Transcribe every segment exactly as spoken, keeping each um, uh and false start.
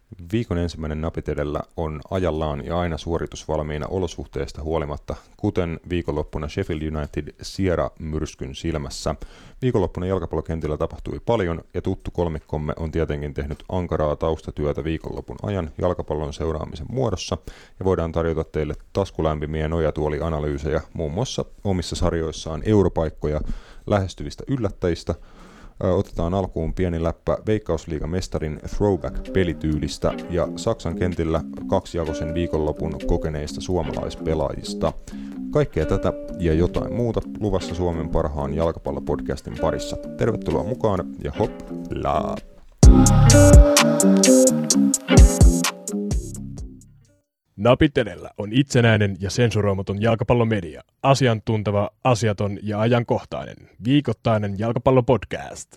Viikon ensimmäinen napit edellä on ajallaan ja aina suoritusvalmiina olosuhteista huolimatta, kuten viikonloppuna Sheffield United Sierra-myrskyn silmässä. Viikonloppuna jalkapallokentillä tapahtui paljon ja tuttu kolmikkomme on tietenkin tehnyt ankaraa taustatyötä viikonlopun ajan jalkapallon seuraamisen muodossa ja voidaan tarjota teille taskulämpimiä nojatuolianalyysejä muun muassa omissa sarjoissaan europaikkoja lähestyvistä yllättäjistä. Otetaan alkuun pieni läppä Veikkausliigan mestarin throwback-pelityylistä ja Saksan kentillä kaksijakoisen viikonlopun kokeneista suomalaispelaajista. Kaikkea tätä ja jotain muuta luvassa Suomen parhaan jalkapallopodcastin parissa. Tervetuloa mukaan ja hoppla! Napit edellä on itsenäinen ja sensuroimaton jalkapallomedia. Asiantunteva, asiaton ja ajankohtainen. Viikoittainen jalkapallopodcast.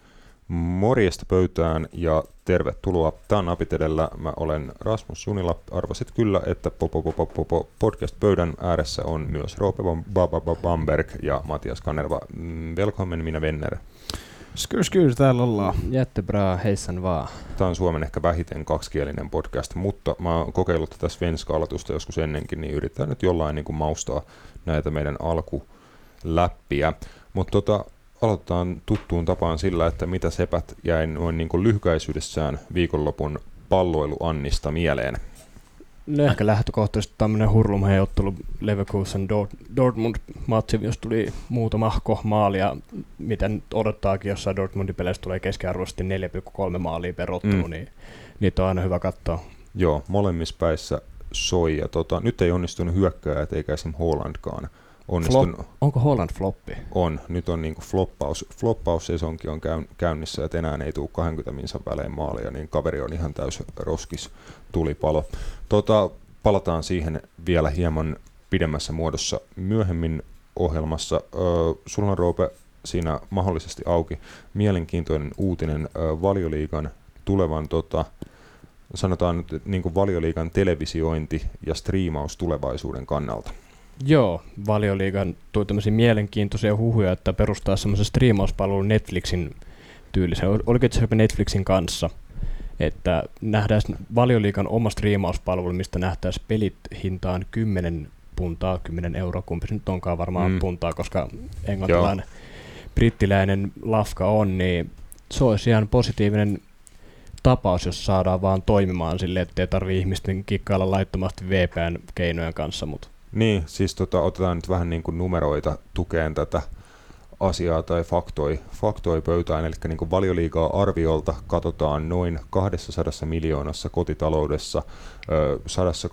Morjesta pöytään ja tervetuloa. Tämä on Napit edellä. Mä olen Rasmus Junila. Arvasit kyllä, että podcast-pöydän ääressä on myös Roope Bamberg ja Matias Kanerva. Velkommen minä Venner. Skyr, skyr, täällä ollaan. Jättebra, heissan vaan. Tämä on Suomen ehkä vähiten kaksikielinen podcast, mutta mä oon kokeillut tätä svenska-aloitusta joskus ennenkin, niin yritetään nyt jollain niin kuin maustaa näitä meidän alkuläppiä. Mutta tota, aloitetaan tuttuun tapaan sillä, että mitä sepät jäi noin niin kuin lyhykäisyydessään viikonlopun palloiluannista mieleen. No ehkä lähtökohtaisesti tämmöinen hurlumhei-ottelu Leverkusen Dortmund-matsi, jos tuli muutamahko maali ja mitä nyt odottaakin, jossain Dortmundin peleissä tulee keskiarvoisesti neljä pilkku kolme maalia per ottelu, mm. niin niitä on aina hyvä katsoa. Joo, molemmissa päissä soi ja tota, nyt ei onnistunut hyökkääjät eikä esim. Hollandkaan. Flop. Onko Holland floppi? On. Nyt on niinku floppaus. Floppaussesonki on käynnissä, että enää ei tule kaksikymmentä minsan välein maalia, niin kaveri on ihan täys roskis tulipalo. Tota, palataan siihen vielä hieman pidemmässä muodossa myöhemmin ohjelmassa. Öö, sulla on, Roope, siinä mahdollisesti auki mielenkiintoinen uutinen öö, Valioliigan tulevan, tota, sanotaan nyt niin kuin Valioliigan televisiointi ja striimaus tulevaisuuden kannalta. Joo, Valioliigan tuli tämmöisiä mielenkiintoisia huhuja, että perustaa semmoisen striimauspalvelun Netflixin tyylisen, oliko itse asiassa Netflixin kanssa, että nähdään Valioliigan oma striimauspalvelu, mistä nähtäisiin pelit hintaan kymmenen puntaa, kymmenen euroa, kumpi se nyt onkaan varmaan mm. puntaa, koska englantilainen, brittiläinen lafka on, niin se olisi ihan positiivinen tapaus, jos saadaan vaan toimimaan silleen, ettei tarvitse ihmisten kikkailla laittomasti V P N-keinojen kanssa, mutta niin, siis tota, otetaan nyt vähän niin kuin numeroita tukeen tätä asiaa tai faktoi, faktoi pöytään, eli niin kuin Valioliigaa arviolta katsotaan noin kaksisataa miljoonassa kotitaloudessa sata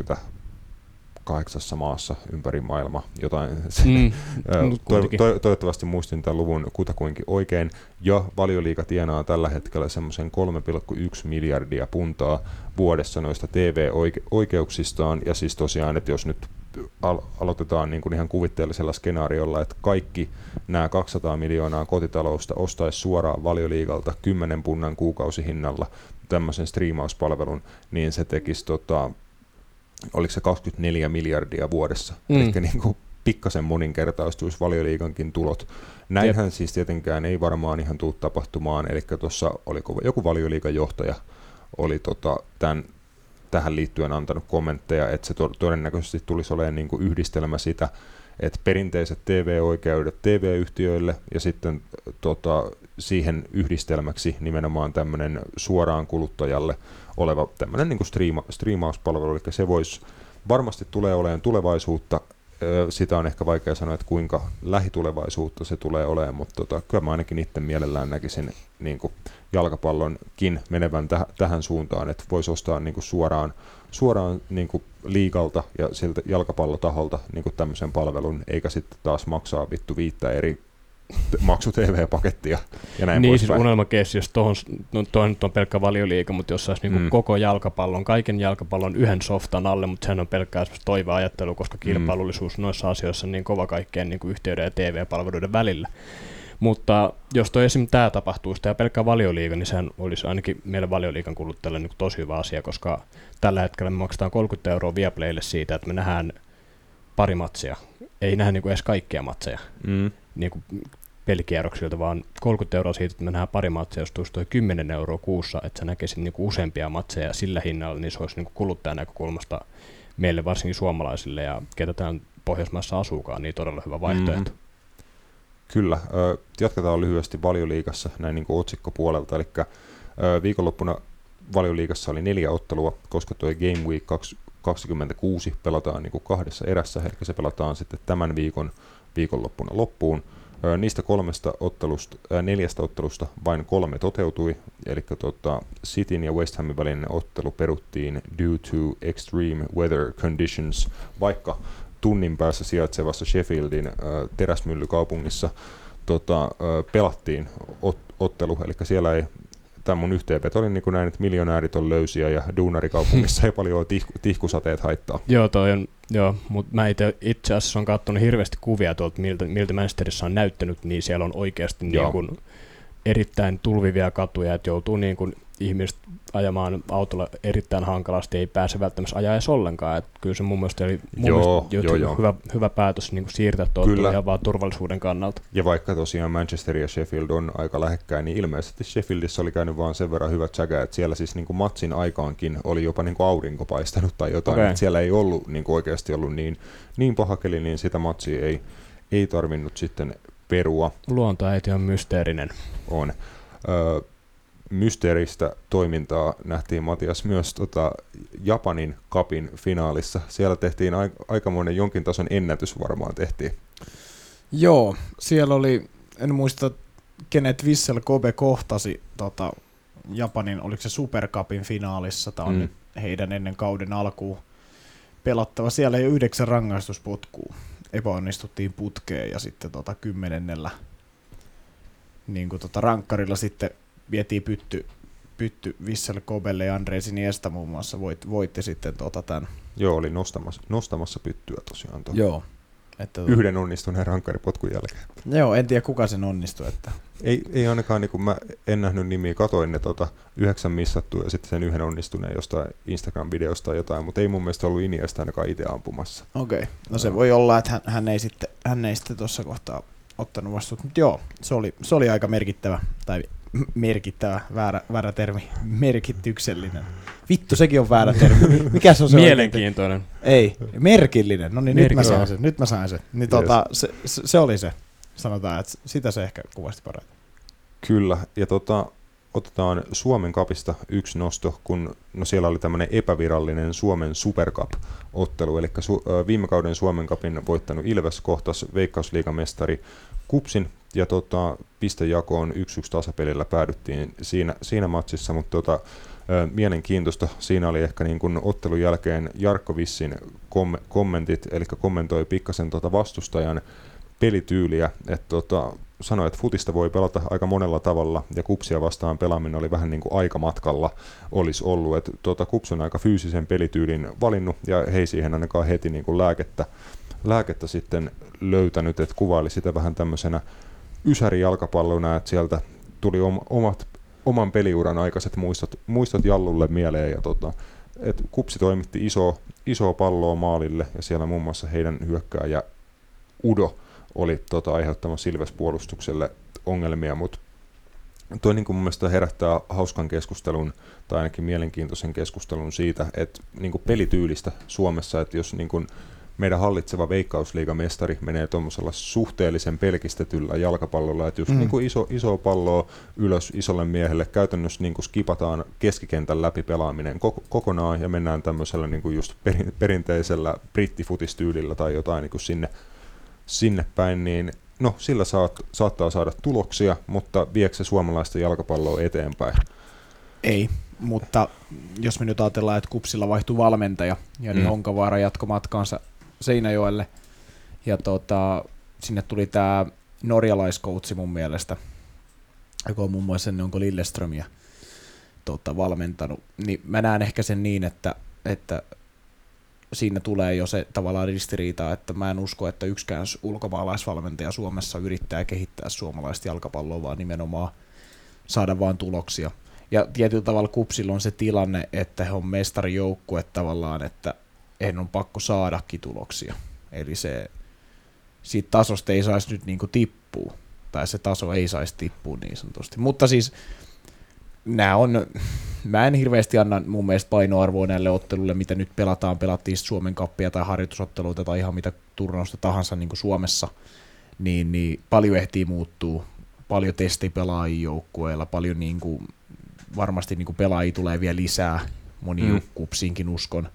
kahdeksankymmentäkahdeksan maassa ympäri maailmaa, jotain. Mm, to, to, toivottavasti muistin tämän luvun kutakuinkin oikein, ja Valioliiga tienaa tällä hetkellä semmoisen kolme pilkku yksi miljardia puntaa vuodessa noista T V-oikeuksistaan, ja siis tosiaan, että jos nyt al- aloitetaan niin kuin ihan kuvitteellisella skenaariolla, että kaikki nämä kaksisataa miljoonaa kotitalousta ostaisi suoraan Valioliigalta kymmenen punnan kuukausihinnalla tämmöisen striimauspalvelun, niin se tekisi, tota, oliko se kaksikymmentäneljä miljardia vuodessa, mm. eli niin kuin pikkasen moninkertaistuisi Valioliigankin tulot. Näinhän Jep. siis tietenkään ei varmaan ihan tule tapahtumaan, eli tuossa oliko joku Valioliigan johtaja oli tota, tämän tähän liittyen antanut kommentteja, että se to- todennäköisesti tulisi olemaan niin kuin yhdistelmä sitä, että perinteiset T V-oikeudet T V-yhtiöille ja sitten tota, siihen yhdistelmäksi nimenomaan tämmöinen suoraan kuluttajalle oleva tämmöinen niin kuin striima- striimauspalvelu, eli se voisi varmasti tulee olemaan tulevaisuutta. Sitä on ehkä vaikea sanoa, että kuinka lähitulevaisuutta se tulee olemaan, mutta tota, kyllä mä ainakin itse mielellään näkisin niin kuin jalkapallonkin menevän täh- tähän suuntaan, että voisi ostaa niin kuin suoraan, suoraan niin kuin liigalta ja siltä jalkapallotaholta niin kuin tämmöisen palvelun, eikä sitten taas maksaa vittu viittä eri maksu-T V-pakettia ja näin niin, poispäin. Siis unelmakeissi, jos tuohon, no tuo nyt on pelkkä Valioliiga, mutta jos saisi niinku mm. koko jalkapallon, kaiken jalkapallon yhden softan alle, mutta sehän on pelkkää toiveajattelu, koska kilpailullisuus mm. noissa asioissa on niin kova kaikkien niin kuin yhteyden ja T V-palveluiden välillä. Mutta jos toi esimerkiksi tämä tapahtuisi, tämä pelkkä Valioliiga, niin sehän olisi ainakin meille Valioliigan kuluttajille niin tosi hyvä asia, koska tällä hetkellä me maksetaan kolmekymmentä euroa Viaplaylle siitä, että me nähdään pari matsia. Ei nähdä niin kuin edes kaikkia matseja. Mm. Niin kuin pelikierroksilta, vaan kolmekymmentä euroa siitä, että me nähdään pari matseja, jos tulisi toi kymmenen euroa kuussa, että sä näkisit niinku useampia matseja sillä hinnalla, niin se olisi niinku kuluttajan näkökulmasta meille, varsinkin suomalaisille ja ketä täällä Pohjoismaissa asuukaan, niin todella hyvä vaihtoehto. Mm-hmm. Kyllä. Jatketaan lyhyesti Valioliigassa näin niin kuin otsikkopuolelta, eli viikonloppuna Valioliigassa oli neljä ottelua, koska tuo Game Week kaksikymmentäkuusi pelataan niin kuin kahdessa erässä, eli se pelataan sitten tämän viikon viikonloppuna loppuun. Niistä kolmesta ottelusta, äh, neljästä ottelusta vain kolme toteutui, eli tota, Cityn ja West Hamin välinen ottelu peruttiin due to extreme weather conditions, vaikka tunnin päässä sijaitsevassa Sheffieldin äh, teräsmyllykaupungissa tota, äh, pelattiin ot- ottelu, eli siellä ei, tämä mun yhteenveto oli niin kuin näin, että miljonäärit on löysiä ja duunarikaupungissa ei paljon tihku, tihkusateet haittaa. Joo, toi on, joo, mutta mä itse, itse asiassa on katsonut hirveästi kuvia tuolta, miltä, miltä Manchesterissa on näyttänyt, niin siellä on oikeasti niin kuin erittäin tulvivia katuja, että joutuu niin kuin ihmiset ajamaan autolla erittäin hankalasti, ei pääse välttämättä ajaa edes ollenkaan. Että kyllä se mun mielestä oli mun joo, mielestä joo, hyvä, hyvä päätös niin kuin siirtää tuolta ihan vaan turvallisuuden kannalta. Ja vaikka tosiaan Manchester ja Sheffield on aika lähekkäin, niin ilmeisesti Sheffieldissa oli käynyt vaan sen verran hyvä tsäkä, että siellä siis niin kuin matsin aikaankin oli jopa niin kuin aurinko paistanut tai jotain. Okay. Siellä ei ollut niin kuin oikeasti ollut niin, niin paha keli, niin sitä matsia ei, ei tarvinnut sitten perua. Luontoäiti on mysteerinen. On. Öö, mysteeristä toimintaa nähtiin, Matias, myös tota Japanin Cupin finaalissa. Siellä tehtiin a- aikamoinen jonkin tason ennätys varmaan tehtiin. Joo, siellä oli, en muista kenet Vissel Kobe kohtasi tota, Japanin, oliko se Super Cupin finaalissa, tämä on mm. nyt heidän ennen kauden alkuun pelattava. Siellä ei ole yhdeksän rangaistuspotkua, epäonnistuttiin putkeen ja sitten tota, kymmenennellä niin kuin tota, rankkarilla sitten vietiin pytty, pytty Vissel Kobelle ja Andres Iniesta muun muassa voit, voitti sitten tota tämän. Joo, oli nostamassa, nostamassa pyttyä tosiaan. Tuo. Joo. Että yhden onnistuneen rankkaripotkun jälkeen. Joo, en tiedä kuka sen onnistui. Että. Ei, ei ainakaan, niin kuin mä en nähnyt nimiä, katoin ne tota, yhdeksän missattua ja sitten sen yhden onnistuneen jostain Instagram-videosta tai jotain, mutta ei mun mielestä ollut Iniesta ainakaan itse ampumassa. Okei, okay. No se no. voi olla, että hän, hän ei sitten, hän ei sitten tuossa kohtaa ottanut vastuut, mutta joo, se oli, se oli aika merkittävä, tai merkittävä, väärä, väärä termi, merkityksellinen. Vittu, sekin on väärä termi. Mikä se on se mielenkiintoinen. Ei, merkillinen. No niin, nyt mä sain sen. Nyt mä sain sen. Niin, tota, se, se, se oli se. Sanotaan, että sitä se ehkä kuvasti parhaiten. Kyllä, ja tota, otetaan Suomen Cupista yksi nosto, kun no siellä oli tämmöinen epävirallinen Suomen Super Cup-ottelu, eli su- viime kauden Suomen Cupin voittanut Ilves kohtasi Veikkausliigamestari Kupsin, ja tota, pistejakoon yksi yksi tasapelillä päädyttiin siinä, siinä matsissa, mutta tota, ö, mielenkiintoista siinä oli ehkä niin kuin ottelun jälkeen Jarkko Vissin kom- kommentit, eli kommentoi pikkasen tota vastustajan pelityyliä, että tota, sanoi, että futista voi pelata aika monella tavalla, ja Kupsia vastaan pelaaminen oli vähän niin kuin aikamatkalla olisi ollut, että tota, Kups on aika fyysisen pelityylin valinnut, ja he ei siihen ainakaan heti niin kuin lääkettä, lääkettä sitten löytänyt, että kuvaili sitä vähän tämmöisenä ysärijalkapallona, että sieltä tuli omat, oman peliuran aikaiset muistot, muistot Jallulle mieleen, ja tota, että Kupsi toimitti iso, isoa palloa maalille, ja siellä muun muassa heidän hyökkääjä Udo oli tota, aiheuttamassa Ilves-puolustukselle ongelmia, mutta tuo niin kuin mun mielestä herättää hauskan keskustelun, tai ainakin mielenkiintoisen keskustelun siitä, että niin kuin pelityylistä Suomessa, että jos niin kuin meidän hallitseva Veikkausliigamestari menee tuommoisella suhteellisen pelkistetyllä jalkapallolla, että just mm. niin kuin iso, iso palloa ylös isolle miehelle, käytännössä niin kuin skipataan keskikentän läpi pelaaminen koko, kokonaan, ja mennään tämmöisellä niin kuin just perin, perinteisellä brittifutistyylillä tai jotain niin kuin sinne, sinne päin, niin no sillä saat, saattaa saada tuloksia, mutta viekö se suomalaista jalkapalloa eteenpäin? Ei, mutta jos me nyt ajatellaan, että Kupsilla vaihtui valmentaja, ja niin mm. Honkavaara jatkoi matkaansa Seinäjoelle, ja tota, sinne tuli tämä norjalaiskoutsi mun mielestä, joka on muun muassa sen, onko Lilleströmiä tota, valmentanut, niin mä näen ehkä sen niin, että, että siinä tulee jo se tavallaan ristiriita, että mä en usko, että yksikään ulkomaalaisvalmentaja Suomessa yrittää kehittää suomalaista jalkapalloa, vaan nimenomaan saada vaan tuloksia. Ja tietyllä tavalla Kupsilla on se tilanne, että he on mestarijoukkue tavallaan, että heidän on pakko saadakin tuloksia. Eli se, siitä tasosta ei saisi nyt niinku tippua. tai se taso ei saisi tippua niin sanotusti. Mutta siis nämä on, mä en hirveästi anna mun mielestä painoarvoa näille otteluille, mitä nyt pelataan, pelattiin Suomen kappia tai harjoitusotteluita tai ihan mitä turnausta tahansa niin kuin Suomessa, niin, niin paljon ehtii muuttuu, paljon testipelaajia joukkueilla, paljon niin kuin, varmasti niin kuin pelaajia tulee vielä lisää, moni mm. kupsiinkin uskon,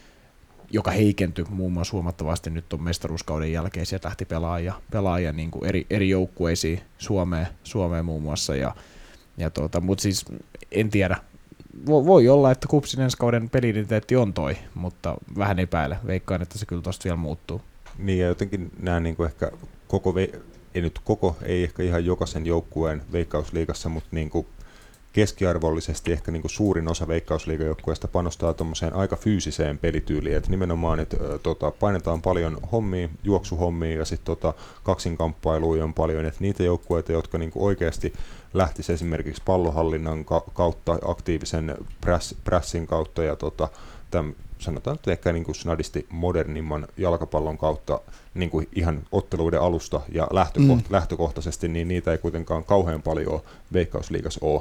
joka heikentyi muun muassa huomattavasti nyt on mestaruuskauden jälkeen, sieltä lähti pelaajia, pelaajia niin kuin eri, eri joukkueisiin Suomeen, Suomeen muun muassa, ja, ja tuota, mutta siis en tiedä, Vo, voi olla, että kupsin ensi kauden peli-identiteetti on toi, mutta vähän epäile, veikkaan, että se kyllä tosta vielä muuttuu. Niin ja jotenkin nämä niin kuin ehkä koko, ei nyt koko, ei ehkä ihan jokaisen joukkueen Veikkausliigassa, mutta niin kuin keskiarvollisesti ehkä niin kuin suurin osa Veikkausliigajoukkueesta panostaa tuommoiseen aika fyysiseen pelityyliin, että nimenomaan että, ä, tota, painetaan paljon hommia, juoksuhommia ja sitten tota, kaksinkamppailuja on paljon, että niitä joukkueita, jotka niin kuin oikeasti lähtisi esimerkiksi pallohallinnan ka- kautta, aktiivisen press, pressin kautta ja tota, täm, sanotaan, että ehkä niin kuin snadisti modernimman jalkapallon kautta niin kuin ihan otteluiden alusta ja lähtökoht- mm. lähtökohtaisesti, niin niitä ei kuitenkaan kauhean paljon Veikkausliigassa ole.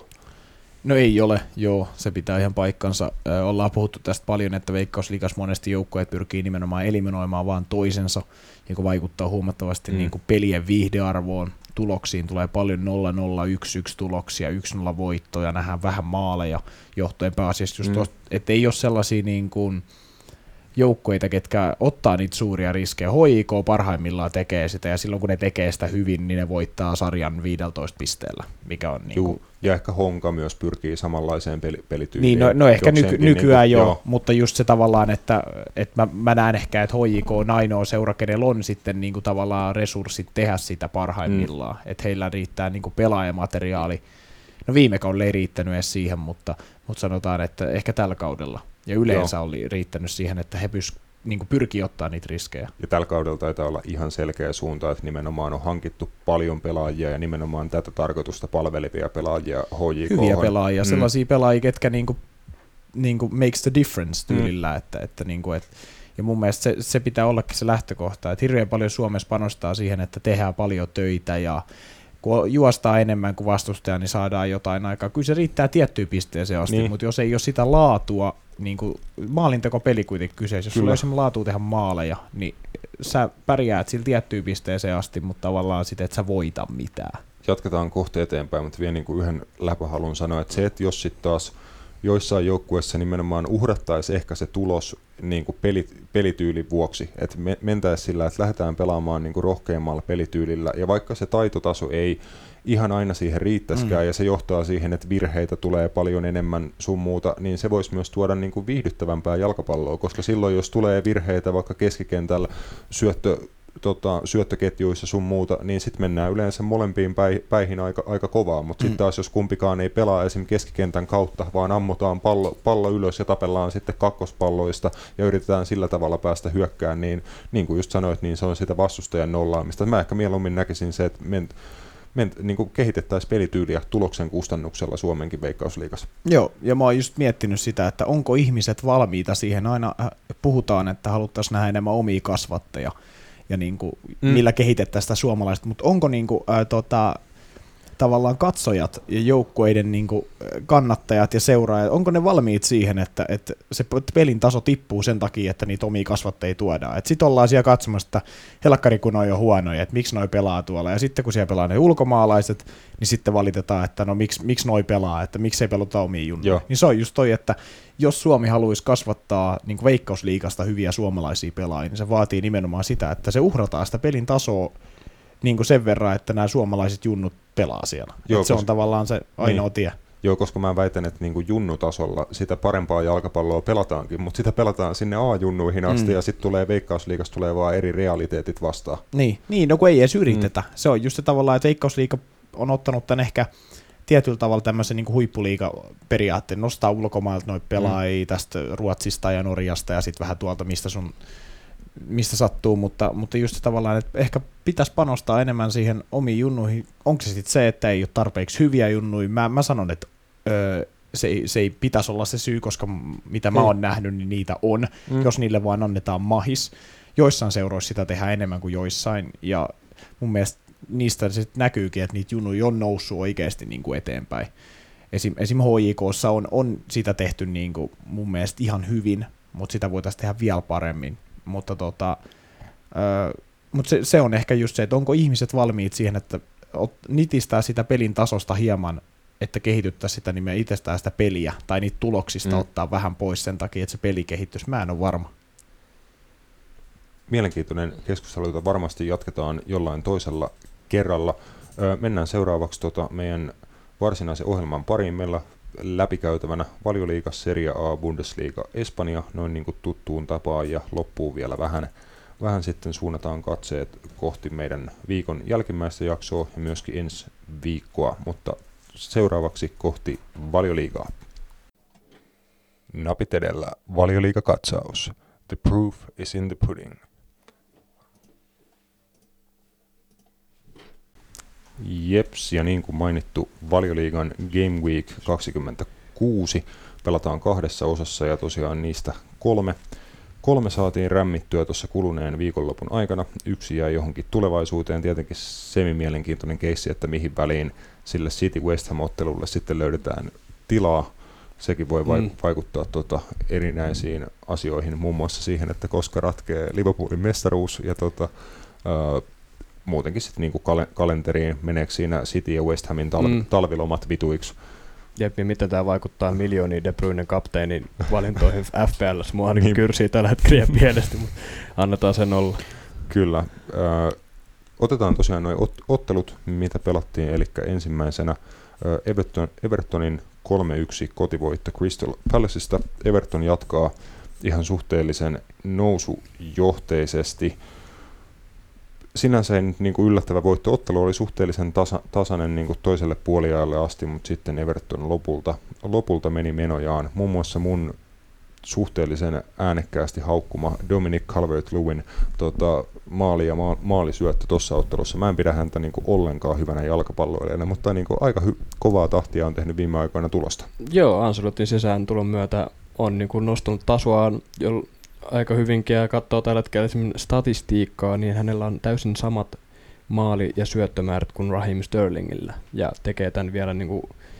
No ei ole, joo, se pitää ihan paikkansa. Ö, ollaan puhuttu tästä paljon, että Veikkausliigassa monesti joukkueet pyrkii nimenomaan eliminoimaan vaan toisensa, joka vaikuttaa huomattavasti mm. niin kuin pelien viihdearvoon. Tuloksiin tulee paljon nolla nolla yksi yksi tuloksia, yksi nolla voittoja, nähdään vähän maaleja johtuen pääasiassa just mm. tosta, että ei ole sellaisia niin kuin joukkueita, ketkä ottaa niitä suuria riskejä. H I K parhaimmillaan tekee sitä, ja silloin kun ne tekee sitä hyvin, niin ne voittaa sarjan viisitoista pisteellä, mikä on niin kuin... Ja ehkä Honka myös pyrkii samanlaiseen peli- pelityyliin. Niin, no, no ehkä nyky- nykyään niin kuin, jo, joo. Mutta just se tavallaan, että, että mä, mä näen ehkä, että H J K on ainoa seura, kenellä on sitten niin kuin tavallaan resurssit tehdä sitä parhaimmillaan, mm. että heillä riittää niin kuin pelaajamateriaali. No viime kaudella ei riittänyt edes siihen, mutta, mutta sanotaan, että ehkä tällä kaudella. Ja yleensä Joo. oli riittänyt siihen, että he pys, niin kuin pyrkii ottaa niitä riskejä. Ja tällä kaudella taitaa olla ihan selkeä suunta, että nimenomaan on hankittu paljon pelaajia ja nimenomaan tätä tarkoitusta palvelevia pelaajia H J K. Hyviä pelaajia, mm. sellaisia pelaajia, ketkä niin kuin, niin kuin makes the difference tyylillä. Mm. Että, että niin kuin, et, ja mun mielestä se, se pitää ollakin se lähtökohta, että hirveän paljon Suomessa panostaa siihen, että tehdään paljon töitä ja kun juostaa enemmän kuin vastustaja, niin saadaan jotain aikaa. Kyllä se riittää tiettyyn pisteeseen asti, niin. Mutta jos ei ole sitä laatua, niin kuin maalinteko peli kuitenkin kyseessä, jos sulla ei ole laatua tehdä maaleja, niin sä pärjäät sillä tiettyyn pisteeseen asti, mutta tavallaan sitten, että sä voita mitään. Jatketaan kohta eteenpäin, mutta vielä niin kuin yhden läpä haluan sanoa, että se, että jos sitten taas joissain joukkueissa nimenomaan uhrattaisiin ehkä se tulos niin kuin pelit, pelityylin vuoksi, että me, mentäisiin sillä, että lähdetään pelaamaan niin kuin rohkeammalla pelityylillä, ja vaikka se taitotaso ei ihan aina siihen riittäisikään, mm. ja se johtaa siihen, että virheitä tulee paljon enemmän sun muuta, niin se voisi myös tuoda niin kuin viihdyttävämpää jalkapalloa, koska silloin, jos tulee virheitä vaikka keskikentällä syöttö, tota, syöttöketjuissa sun muuta, niin sitten mennään yleensä molempiin päihin aika, aika kovaa, mutta mm. sitten taas jos kumpikaan ei pelaa esim. Keskikentän kautta, vaan ammutaan pallo, pallo ylös ja tapellaan sitten kakkospalloista ja yritetään sillä tavalla päästä hyökkään, niin niin kuin just sanoit, niin se on sitä vastustajan nollaamista. Mä ehkä mieluummin näkisin se, että men, men, niin kuin kehitettäisiin pelityyliä tuloksen kustannuksella Suomenkin Veikkausliigassa. Joo, ja mä oon just miettinyt sitä, että onko ihmiset valmiita siihen, aina puhutaan, että haluttaisiin nähdä enemmän omia kasvatteja, ja niin kuin, mm. millä kehitettäisiin sitä suomalaista, mutta onko niin kuin, ää, tota, tavallaan katsojat ja joukkueiden niin kuin kannattajat ja seuraajat, onko ne valmiit siihen, että, että se pelin taso tippuu sen takia, että niitä omia kasvatteja tuodaan. Sitten ollaan siellä katsomassa, että helkkari kun noi on huonoja, että miksi noi pelaa tuolla, ja sitten kun siellä pelaa ne ulkomaalaiset, niin sitten valitetaan, että no miksi, miksi noi pelaa, että miksi ei peluta omia junnuja. Niin se on just toi, että jos Suomi haluaisi kasvattaa niin kuin Veikkausliigasta hyviä suomalaisia pelaajia, niin se vaatii nimenomaan sitä, että se uhrataan sitä pelin tasoa niin kuin sen verran, että nämä suomalaiset junnut pelaa siellä. Joo, se on tavallaan se ainoa niin. tie. Joo, koska mä väitän, että niin kuin junnutasolla sitä parempaa jalkapalloa pelataankin, mutta sitä pelataan sinne A-junnuihin asti, mm. ja sitten tulee Veikkausliigasta tulee vaan eri realiteetit vastaan. Niin, niin no kun ei edes yritetä. Mm. Se on just se tavallaan, että Veikkausliiga on ottanut tämän ehkä tietyllä tavalla tämmöisen niin kuin huippuliiga-periaatteen, nostaa ulkomailta noita pelaajia mm. tästä Ruotsista ja Norjasta ja sitten vähän tuolta, mistä sun mistä sattuu, mutta, mutta just tavallaan, että ehkä pitäisi panostaa enemmän siihen omiin junnuihin. Onko se sitten se, että ei ole tarpeeksi hyviä junnuja? Mä, mä sanon, että öö, se, ei, se ei pitäisi olla se syy, koska mitä mä oon mm. nähnyt, niin niitä on, mm. jos niille vaan annetaan mahis. Joissain seuroissa sitä tehdään enemmän kuin joissain, ja mun mielestä niistä se näkyykin, että niitä junuja on noussut oikeasti niin kuin eteenpäin. Esim. Esim. H J K:ssa on, on sitä tehty niin kuin mun mielestä ihan hyvin, mutta sitä voitaisiin tehdä vielä paremmin. Mutta tota, öö, mut se, se on ehkä just se, että onko ihmiset valmiit siihen, että nitistää sitä pelin tasosta hieman, että kehityttäisiin sitä nimeä itsestään sitä peliä, tai niitä tuloksista mm. ottaa vähän pois sen takia, että se peli kehittyisi. Mä en ole varma. Mielenkiintoinen keskustelu, jota varmasti jatketaan jollain toisella kerralla. Öö, mennään seuraavaksi tota meidän varsinaisen ohjelman pariin. Meillä läpikäytävänä Valioliiga, Serie A, Bundesliga, Espanja, noin niin kuin tuttuun tapaan, ja loppuun vielä vähän, vähän sitten suunnataan katseet kohti meidän viikon jälkimmäistä jaksoa ja myöskin ensi viikkoa, mutta seuraavaksi kohti Valioliigaa. Napit edellä Valioliiga-katsaus. The proof is in the pudding. Jeps, ja niin kuin mainittu, Valioliigan Game Week kaksikymmentäkuusi pelataan kahdessa osassa, ja tosiaan niistä kolme. Kolme saatiin rämmittyä tuossa kuluneen viikonlopun aikana. Yksi jäi johonkin tulevaisuuteen, tietenkin semimielenkiintoinen keissi, että mihin väliin sille City West Ham-ottelulle sitten löydetään tilaa. Sekin voi mm. vaikuttaa tuota erinäisiin asioihin, muun muassa siihen, että koska ratkee Liverpoolin mestaruus, ja tota, ää, muutenkin sitten niinku kal- kalenteriin, meneekö siinä City ja West Hamin tal- mm. talvilomat vituiksi. Jep, ja miten tämä vaikuttaa miljooniin De Bruynen kapteenin valintoihin F P L:ssä. Mua ainakin niin kyrsii tällä hetkellä pienesti, mutta annetaan sen olla. Kyllä. Äh, otetaan tosiaan nuo ot- ottelut, mitä pelattiin, eli ensimmäisenä äh, Everton, Evertonin kolme yksi kotivoitto Crystal Palacesta. Everton jatkaa ihan suhteellisen nousujohteisesti. Sinänsä ei niin kuin yllättävä voitto. Ottelu oli suhteellisen tasa, tasainen niin kuin toiselle puoliajalle asti, mutta sitten Everton lopulta, lopulta meni menojaan. Muun muassa mun suhteellisen äänekkäästi haukkuma Dominic Calvert-Lewin tota, maali ja ma- maalisyöttö tuossa ottelussa. Mä en pidä häntä niin kuin ollenkaan hyvänä jalkapalloilijana, mutta niin kuin aika hy- kovaa tahtia on tehnyt viime aikoina tulosta. Joo, Ancelotin sisään tulon myötä on niin kuin nostanut tasoaan jo aika hyvinkin, ja katsoo tällä hetkellä statistiikkaa, niin hänellä on täysin samat maali- ja syöttömäärät kuin Raheem Sterlingillä, ja tekee tämän vielä niin kuin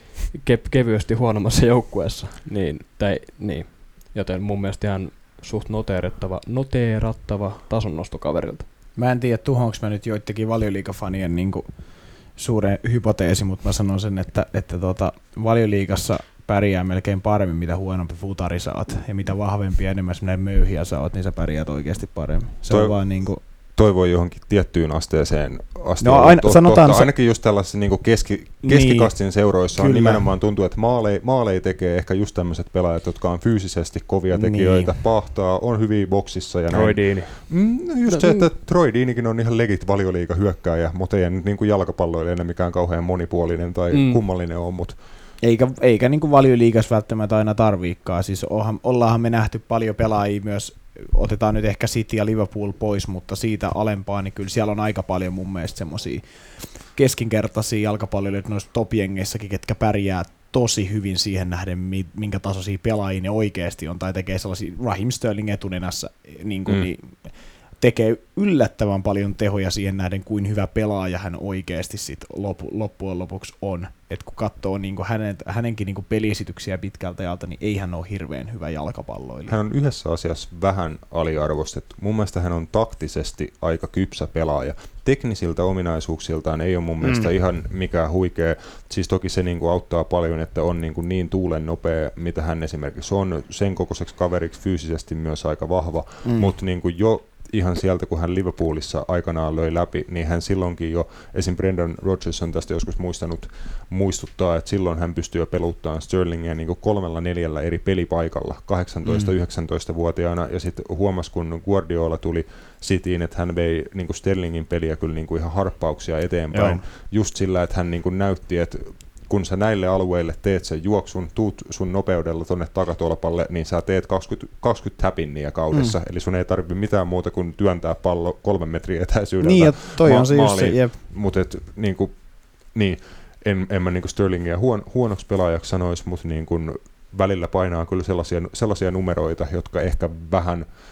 ke- kevyesti huonommassa joukkueessa. Niin, tai, niin. Joten mun mielestä ihan suht noteerattava, noteerattava tasonnostokaverilta. Mä en tiedä, tuhonko mä nyt joittekin Valioliiga-fanien niin kuin suuren hypoteesi, mutta mä sanon sen, että, että tuota, Valioliigassa pärjää melkein paremmin, mitä huonompi futari sä oot, ja mitä vahvempia enemmän semmoinen möyhiä sä oot, niin sä pärjäät oikeasti paremmin. Se Toi, on vaan niinku toivoi johonkin tiettyyn asteeseen asti. No, aina, to, sanotaan totta, se, ainakin just tällaisissa niin keski, keskikastin niin, seuroissa on nimenomaan tuntuu, että maaleja, maaleja tekee ehkä just tämmöiset pelaajat, jotka on fyysisesti kovia tekijöitä, niin. Pahtaa, on hyviä boksissa ja Troy Deeney. Mm, just no, se, että Troy Deeneykin on ihan legit Valioliiga hyökkääjä, mutta ei nyt niin kuin jalkapalloilijana mikään kauhean monipuolinen tai mm. kummallinen on, mutta Eikä, eikä niin kuin Valioliigassa välttämättä aina tarviikaan. Siis ollaanhan, ollaanhan me nähty paljon pelaajia myös, otetaan nyt ehkä City ja Liverpool pois, mutta siitä alempaa, niin kyllä siellä on aika paljon mun mielestä semmosia keskinkertaisia jalkapalloilijoita noissa top-jengeissäkin, ketkä pärjää tosi hyvin siihen nähden, minkä tasoisia pelaajia ne oikeasti on, tai tekee sellaisia Raheem Sterling etunenässä, niin kuin, mm. niin, tekee yllättävän paljon tehoja siihen nähden, kuin hyvä pelaaja hän oikeasti sit lopu, loppujen lopuksi on. Et kun katsoo niin kuin hänen, hänenkin niin kuin peliesityksiä pitkältä ajalta, niin ei hän ole hirveän hyvä jalkapalloilija. Hän on yhdessä asiassa vähän aliarvostettu. Mun mielestä hän on taktisesti aika kypsä pelaaja. Teknisiltä ominaisuuksiltaan ei ole mun mielestä mm. ihan mikään huikea. Siis toki se niin kuin auttaa paljon, että on niin, kuin niin tuulen nopea, mitä hän esimerkiksi on. Sen kokoiseksi kaveriksi fyysisesti myös aika vahva, mm. mutta niin kuin jo ihan sieltä, kun hän Liverpoolissa aikanaan löi läpi, niin hän silloinkin jo, esim. Brendan Rodgers on tästä joskus muistanut, muistuttaa, että silloin hän pystyi jo peluttamaan Sterlingia niin kuin kolmella neljällä eri pelipaikalla kahdeksantoista-yhdeksäntoista-vuotiaana, ja sitten huomasi, kun Guardiola tuli Cityin, että hän vei niin kuin Sterlingin peliä kyllä niin kuin ihan harppauksia eteenpäin, Joo. just sillä, että hän niin kuin näytti, että kun sä näille alueille teet sen juoksun, tuut sun nopeudella tonne takatolpalle, niin sä teet kaksikymmentä, kaksikymmentä täpinniä kaudessa, mm. eli sun ei tarvitse mitään muuta kuin työntää pallo kolmen metrin etäisyydeltä niin, ja toi ma- on se just se, jep. Mutta niin niin, en, en mä niin Sterlingia huon, huonoksi pelaajaksi sanoisi, mutta niin välillä painaa kyllä sellaisia, sellaisia numeroita, jotka ehkä vähän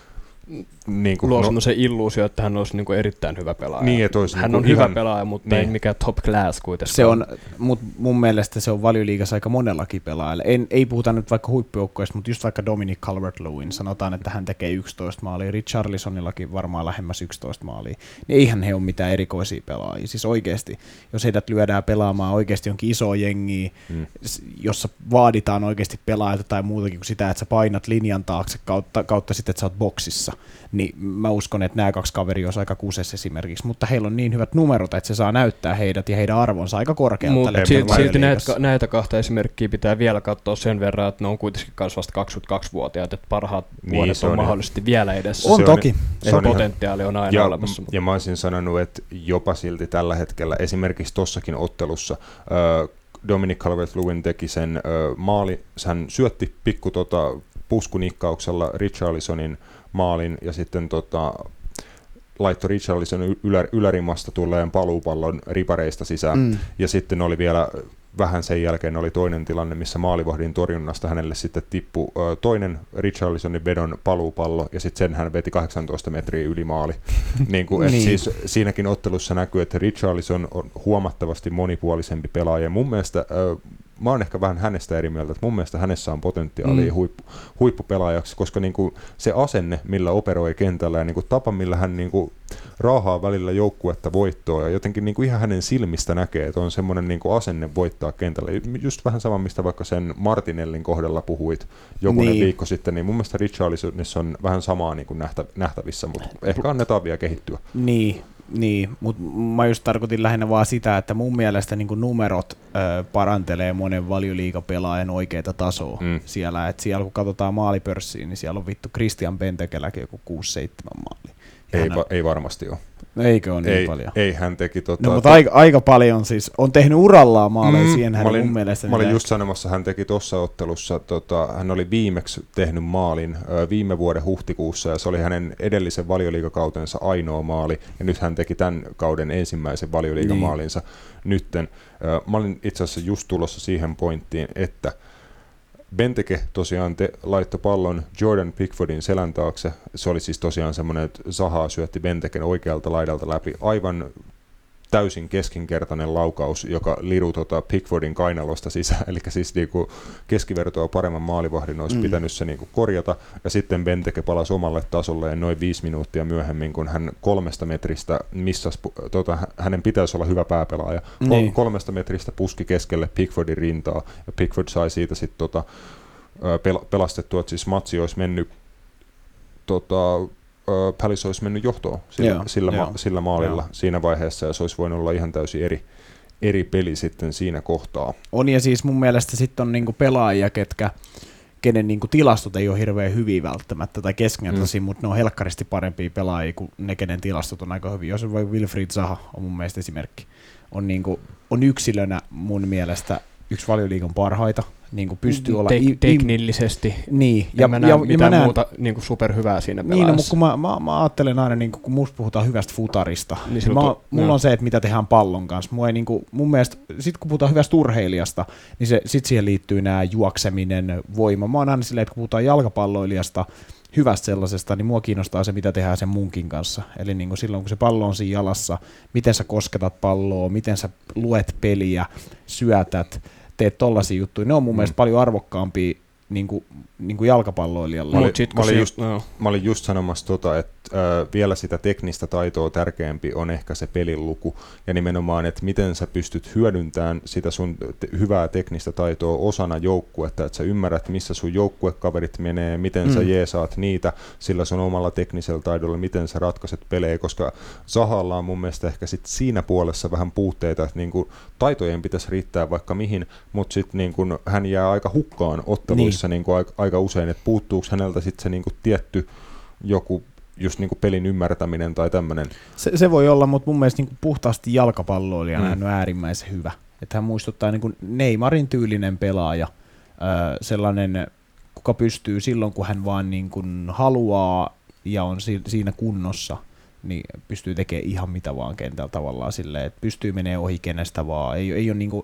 niin kuin, luo no, semmoisen illuusio, että hän olisi niin kuin erittäin hyvä pelaaja. Niin, hän niin on ihan, hyvä pelaaja, mutta niin. ei mikään top class kuitenkaan. Se on, mutta mun mielestä se on Valioliigassa aika monellakin pelaajalle. En, ei puhuta nyt vaikka huippujoukkoista, mutta just vaikka Dominic Calvert-Lewin, sanotaan, että hän tekee yksitoista maalia, Richarlisonillakin varmaan lähemmäs yksitoista maalia, niin eihän he ole mitään erikoisia pelaajia. Siis oikeasti, jos heidät lyödään pelaamaan oikeasti jonkin iso jengiä, mm. jossa vaaditaan oikeasti pelaajilta tai muutakin kuin sitä, että sä painat linjan taakse kautta, kautta sitten, että sä oot boksissa, niin mä uskon, että nämä kaksi kaveria olisi aika kuses esimerkiksi, mutta heillä on niin hyvät numerot, että se saa näyttää heidät ja heidän arvonsa aika korkealta. Mutta silti, silti näitä, näitä kahta esimerkkiä pitää vielä katsoa sen verran, että ne on kuitenkin kanssa vasta kaksikymmentäkaksivuotiaat, että parhaat niin, vuodet on, on mahdollisesti ihan, vielä edessä. On se toki. Se, se on potentiaali on aina ja, olemassa. Ja mä olisin sanonut, että jopa silti tällä hetkellä, esimerkiksi tossakin ottelussa, äh, Dominic Calvert-Lewin teki sen äh, maali, hän syötti pikku tota, puskunikkauksella Richarlisonin maalin ja sitten tota, laittoi Richarlisonin ylä, ylärimasta tulleen paluupallon ripareista sisään. Mm. Ja sitten oli vielä vähän sen jälkeen oli toinen tilanne, missä maalivahdin torjunnasta hänelle sitten tippui ö, toinen Richarlisonin vedon paluupallo ja sitten sen hän veti kahdeksantoista metriä yli maali. niin kuin, et niin. Siis siinäkin ottelussa näkyy, että Richarlison on huomattavasti monipuolisempi pelaaja. Mun mielestä ö, mä oon ehkä vähän hänestä eri mieltä, että mun mielestä hänessä on potentiaalia mm. huippu, huippupelaajaksi, koska niinku se asenne, millä operoi kentällä ja niinku tapa, millä hän niinku raahaa välillä joukkuetta voittoa ja jotenkin niinku ihan hänen silmistä näkee, että on semmoinen niinku asenne voittaa kentällä. Just vähän sama, mistä vaikka sen Martinellin kohdalla puhuit jokunen niin. viikko sitten, niin mun mielestä Richarlisonissa on vähän samaa niinku nähtä, nähtävissä, mutta ehkä annetaan vielä kehittyä. Niin. Niin, mutta mä just tarkoitin lähinnä vaan sitä, että mun mielestä niin numerot ö, parantelee monen Valioliigapelaajan oikeita tasoa mm. siellä. Et siellä kun katsotaan maalipörssiin, niin siellä on vittu Christian Bentekeläkin joku kuusi seitsemän maali. Ei, va- ei varmasti ole. Eikö ole niin ei, paljon? Ei, hän teki tota... No, mutta aika, aika paljon siis. On tehnyt urallaan maaleja mm, siihen hän olin, mun mielestä. Mä olin just sanomassa, hän teki tuossa ottelussa, tota, hän oli viimeksi tehnyt maalin ö, viime vuoden huhtikuussa, ja se oli hänen edellisen Valioliigakautensa ainoa maali, ja nyt hän teki tämän kauden ensimmäisen Valioliigamaalinsa niin. nytten. Ö, mä olin itse asiassa just tulossa siihen pointtiin, että Benteke tosiaan te, laittoi pallon Jordan Pickfordin selän taakse. Se oli siis tosiaan semmoinen, että Zaha syötti Benteken oikealta laidalta läpi. Aivan täysin keskinkertainen laukaus, joka liru tota Pickfordin kainalosta sisään. Eli siis niinku keskivertoa paremman maalivahdin olisi mm. pitänyt se niinku korjata. Ja sitten Benteke palasi omalle tasolleen noin viisi minuuttia myöhemmin, kun hän kolmesta metristä missasi, tota, hänen pitäisi olla hyvä pääpelaaja. Niin. Kolmesta metristä puski keskelle Pickfordin rintaa. Ja Pickford sai siitä sitten tota, pel- pelastettua, että siis matsi olisi mennyt... Tota, Palace olisi mennyt johtoon sillä, joo, sillä, ma- sillä maalilla joo. siinä vaiheessa, ja se olisi voinut olla ihan täysin eri, eri peli sitten siinä kohtaa. On, ja siis mun mielestä sitten on niinku pelaajia, ketkä, kenen niinku tilastot ei ole hirveän hyviä välttämättä, tai keskinkertaisia, mm. mutta ne on helkkaristi parempia pelaajia kuin ne, kenen tilastot on aika hyviä. Jos voi Wilfried Zaha on mun mielestä esimerkki. On, niinku, on yksilönä mun mielestä yksi Valioliigan parhaita. Niin kuin pystyy olla Te- teknillisesti. Niin. Ja, mä näen mitään mä näen, muuta niin kuin superhyvää siinä pelaajassa. Niin, no, mutta kun mä, mä, mä ajattelen aina, niin kun musta puhutaan hyvästä futarista, niin mä, to, mulla no. on se, että mitä tehdään pallon kanssa. Mua ei, niin kuin, mun mielestä, sit kun puhutaan hyvästä urheilijasta, niin se, sit siihen liittyy nämä juokseminen, voima. Mä oon aina silleen, että kun puhutaan jalkapalloilijasta, hyvästä sellaisesta, niin mua kiinnostaa se, mitä tehdään sen munkin kanssa. Eli niin kuin silloin, kun se pallo on siinä jalassa, miten sä kosketat palloa, miten sä luet peliä, syötät, teet tollaisia juttuja. Ne on mun mm. mielestä paljon arvokkaampia niin kuin, niin kuin jalkapalloilijalle. Mä olin, mä olin, just, no. mä olin just sanomassa, tota, että äh, vielä sitä teknistä taitoa tärkeämpi on ehkä se pelin luku. Ja nimenomaan, että miten sä pystyt hyödyntämään sitä sun te- hyvää teknistä taitoa osana joukkuetta, että sä ymmärrät, missä sun joukkuekaverit menee, miten mm. sä jeesaat niitä sillä sun omalla teknisellä taidolla, miten sä ratkaiset pelejä, koska Zahalla on mun mielestä ehkä sit siinä puolessa vähän puutteita, että niinku taitojen pitäisi riittää vaikka mihin, mutta sitten niinku hän jää aika hukkaan otteluissa niin. niinku aika, aika usein, että puuttuuko häneltä sitten se niinku tietty joku just niinku pelin ymmärtäminen tai tämmöinen. Se, se voi olla, mutta mun mielestä niinku puhtaasti jalkapalloilijana mm. hän on äärimmäisen hyvä. Että hän muistuttaa niinku Neymarin tyylinen pelaaja, öö, sellainen, kuka pystyy silloin, kun hän vaan niinku haluaa ja on si- siinä kunnossa, niin pystyy tekemään ihan mitä vaan kentällä tavallaan silleen, että pystyy menemään ohi kenestä vaan. Ei, ei ole niinku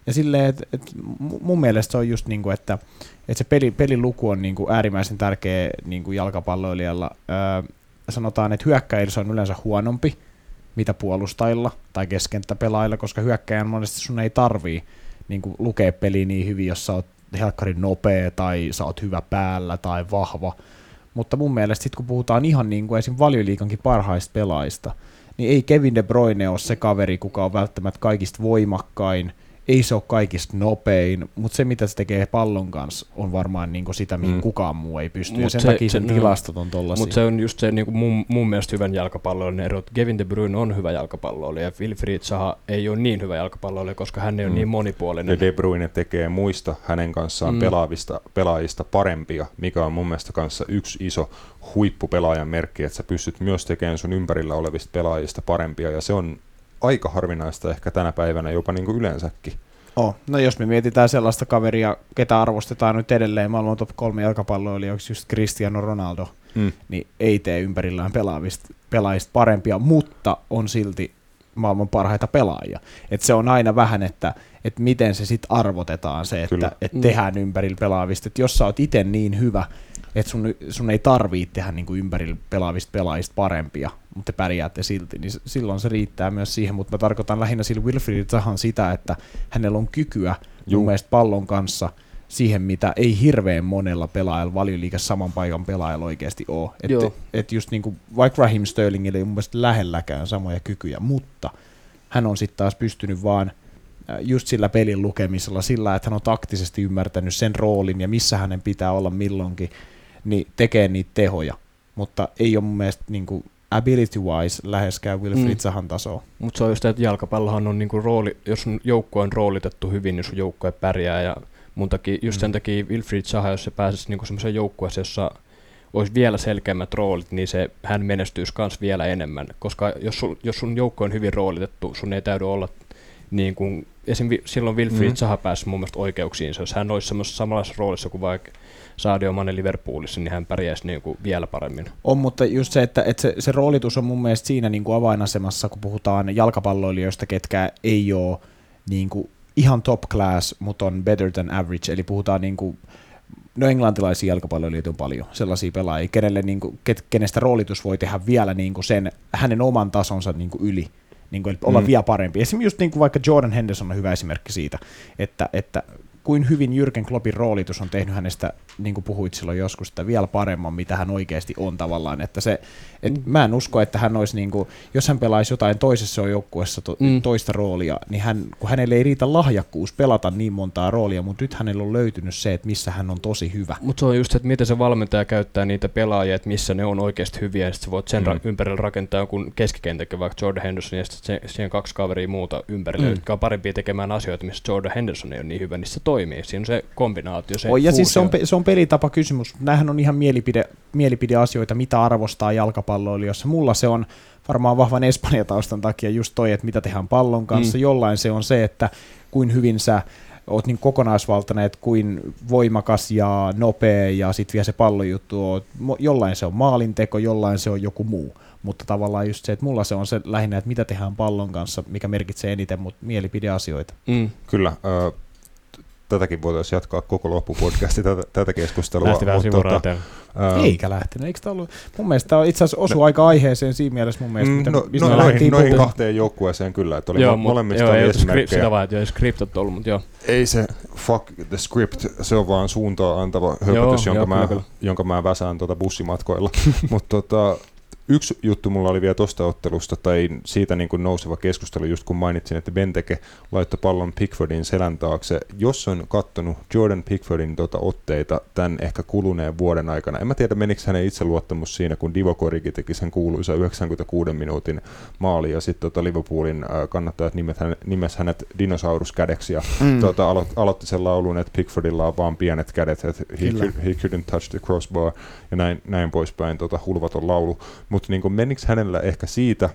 Ja silleen, että et mun mielestä se on just niin kuin, että et se peli, peliluku on niin kuin äärimmäisen tärkeä niin kuin jalkapalloilijalla. Öö, sanotaan, että hyökkäillä se on yleensä huonompi, mitä puolustajilla tai keskenttäpelaajilla, koska hyökkäjän monesti sun ei tarvii niin kuin lukea peliä niin hyvin, jos sä oot helkkarin nopea tai sä oot hyvä päällä tai vahva. Mutta mun mielestä sit kun puhutaan ihan niin kuin esim. Valioliigankin parhaista pelaajista, niin ei Kevin De Bruyne ole se kaveri, kuka on välttämättä kaikista voimakkain, ei se ole kaikista nopein, mutta se mitä se tekee pallon kanssa on varmaan niinku sitä, mihin mm. kukaan muu ei pysty, mut ja sen se, takia sen se, tilastot on tollaisia. Mutta se on just se niinku mun, mun mielestä hyvän jalkapalloilijan ero, Kevin De Bruyne on hyvä jalkapalloilija, ja Wilfried Zaha ei ole niin hyvä jalkapalloilija, koska hän ei ole mm. niin monipuolinen. Ja De Bruyne tekee muista hänen kanssaan mm. pelaavista, pelaajista parempia, mikä on mun mielestä kanssa yksi iso huippupelaajan merkki, että sä pystyt myös tekemään sun ympärillä olevista pelaajista parempia, ja se on aika harvinaista ehkä tänä päivänä jopa niin kuin yleensäkin. Oh. No jos me mietitään sellaista kaveria, ketä arvostetaan nyt edelleen maailman top kolme jalkapalloilijaksi, just Cristiano Ronaldo, mm. niin ei tee ympärillään pelaavista, pelaajista parempia, mutta on silti maailman parhaita pelaajia. Et se on aina vähän, että et miten se sitten arvotetaan se, että et tehdään ympärillä pelaavista. Et jos sä oot itse niin hyvä, että sun, sun ei tarvitse tehdä niinku ympärillä pelaavista pelaajista parempia, mutta te pärjäätte silti, niin silloin se riittää myös siihen, mutta mä tarkoitan lähinnä sillä Wilfried Zahan sitä, että hänellä on kykyä Juh. mun mielestä pallon kanssa siihen, mitä ei hirveän monella pelaajalla, Valioliigassa saman paikan pelaajalla oikeasti ole. Että et just niinku, vaikka Raheem Sterlingille ei mun mielestä lähelläkään samoja kykyjä, mutta hän on sitten taas pystynyt vaan just sillä pelin lukemisella, sillä, että hän on taktisesti ymmärtänyt sen roolin ja missä hänen pitää olla milloinkin, niin tekee niitä tehoja, mutta ei ole mun mielestä niin kuin ability-wise läheskään Wilfried Zahan tasoa. Mutta se on just, että jalkapallohan on niinku rooli, jos sun joukko on roolitettu hyvin, niin sun joukko pärjää, ja mun takia, just sen takia Wilfried Zaha, jos se pääsisi niinku semmoiseen joukkueeseen, jossa olisi vielä selkeämmät roolit, niin se, hän menestyisi myös vielä enemmän, koska jos sun, jos sun joukko on hyvin roolitettu, sun ei täydy olla niin kuin, esimerkiksi silloin Wilfried mm. Zaha pääsi mun mielestä oikeuksiinsa, jos hän olisi semmoisessa samanlaisessa roolissa kuin vaikka Sadio Mane Liverpoolissa, niin hän pärjäisi niin kuin vielä paremmin. On, mutta just se, että, että se, se roolitus on mun mielestä siinä niin kuin avainasemassa, kun puhutaan jalkapalloilijoista, ketkä ei ole niin kuin ihan top class, mutta on better than average, eli puhutaan niin kuin, no englantilaisia jalkapalloilijoita on paljon, sellaisia pelaajia, kenelle, niin kuin, kenestä roolitus voi tehdä vielä niin kuin sen, hänen oman tasonsa niin kuin yli. Niin kuin, olla mm. vielä parempi. Esimerkiksi just niin kuin vaikka Jordan Henderson on hyvä esimerkki siitä, että, että kuin hyvin Jürgen Kloppin roolitus on tehnyt hänestä, niin kuin puhuit silloin joskus, että vielä paremman, mitä hän oikeasti on tavallaan. Että se, et mm. Mä en usko, että hän olisi, niin kuin, jos hän pelaisi jotain toisessa joukkueessa to, mm. toista roolia, niin hän, kun hänelle ei riitä lahjakkuus pelata niin montaa roolia, mutta nyt hänellä on löytynyt se, että missä hän on tosi hyvä. Mutta se on just, että miten se valmentaja käyttää niitä pelaajia, että missä ne on oikeasti hyviä, ja sitten sä voit sen mm. ra- ympärillä rakentaa jonkun keskikentäkin, vaikka Jordan Henderson, ja sitten siihen kaksi kaveria muuta ympärillä, mm. jotka on parempia tekemään asioita, missä Jordan Henderson ei ole niin hyvä, niin se toimii. Siinä on se kombinaatio, se oh, ja siis se on, se on pelitapa kysymys. Nämähän on ihan mielipide, mielipideasioita, mitä arvostaa jalkapalloilijoissa. Mulla se on varmaan vahvan Espanja-taustan takia just toi, että mitä tehdään pallon kanssa. Mm. Jollain se on se, että kuin hyvin sä oot niin kokonaisvaltainen, että kuin voimakas ja nopea ja sitten vielä se pallojuttu on. Jollain se on maalinteko, jollain se on joku muu. Mutta tavallaan just se, että mulla se on se lähinnä, että mitä tehdään pallon kanssa, mikä merkitsee eniten, mutta mielipideasioita. Mm. Kyllä. Äh, tätäkin voitaisiin jatkaa koko loppupodcasti, tätä, tätä keskustelua. Lähti vähän sivuraiteella. Ää... Eikä lähtenyt, eikö tämä ollut? Mun mielestä tämä itse asiassa osui no, aika aiheeseen siinä mielessä mun mielestä. Mm, mitä, no, no noihin, noihin kahteen joukkueeseen kyllä, että oli joo, molemmista joo, oli ei esimerkkejä. Sitä vaan, että ei scriptat ollut, mutta joo. Ei se fuck the script, se on vaan suuntaa antava höpötys, jonka, joo, mä, jonka mä väsään tuota bussimatkoilla. Mutta tota, yksi juttu mulla oli vielä tuosta ottelusta, tai siitä niin kuin nouseva keskustelu, just kun mainitsin, että Benteke laittoi pallon Pickfordin selän taakse. Jos on kattonut Jordan Pickfordin tota otteita tämän ehkä kuluneen vuoden aikana, en mä tiedä menikö hänen itseluottamus siinä, kun Divock Origi teki sen kuuluisa yhdeksänkymmentäkuuden minuutin maali, ja sitten tota Liverpoolin äh, kannattajat nimesi hänet dinosauruskädeksi, ja mm. tota, alo- aloitti sen laulun, että Pickfordilla on vaan pienet kädet, että he, could, he couldn't touch the crossbar, ja näin, näin poispäin, tota, hulvaton laulu. Mutta niin menikö hänellä ehkä siitä,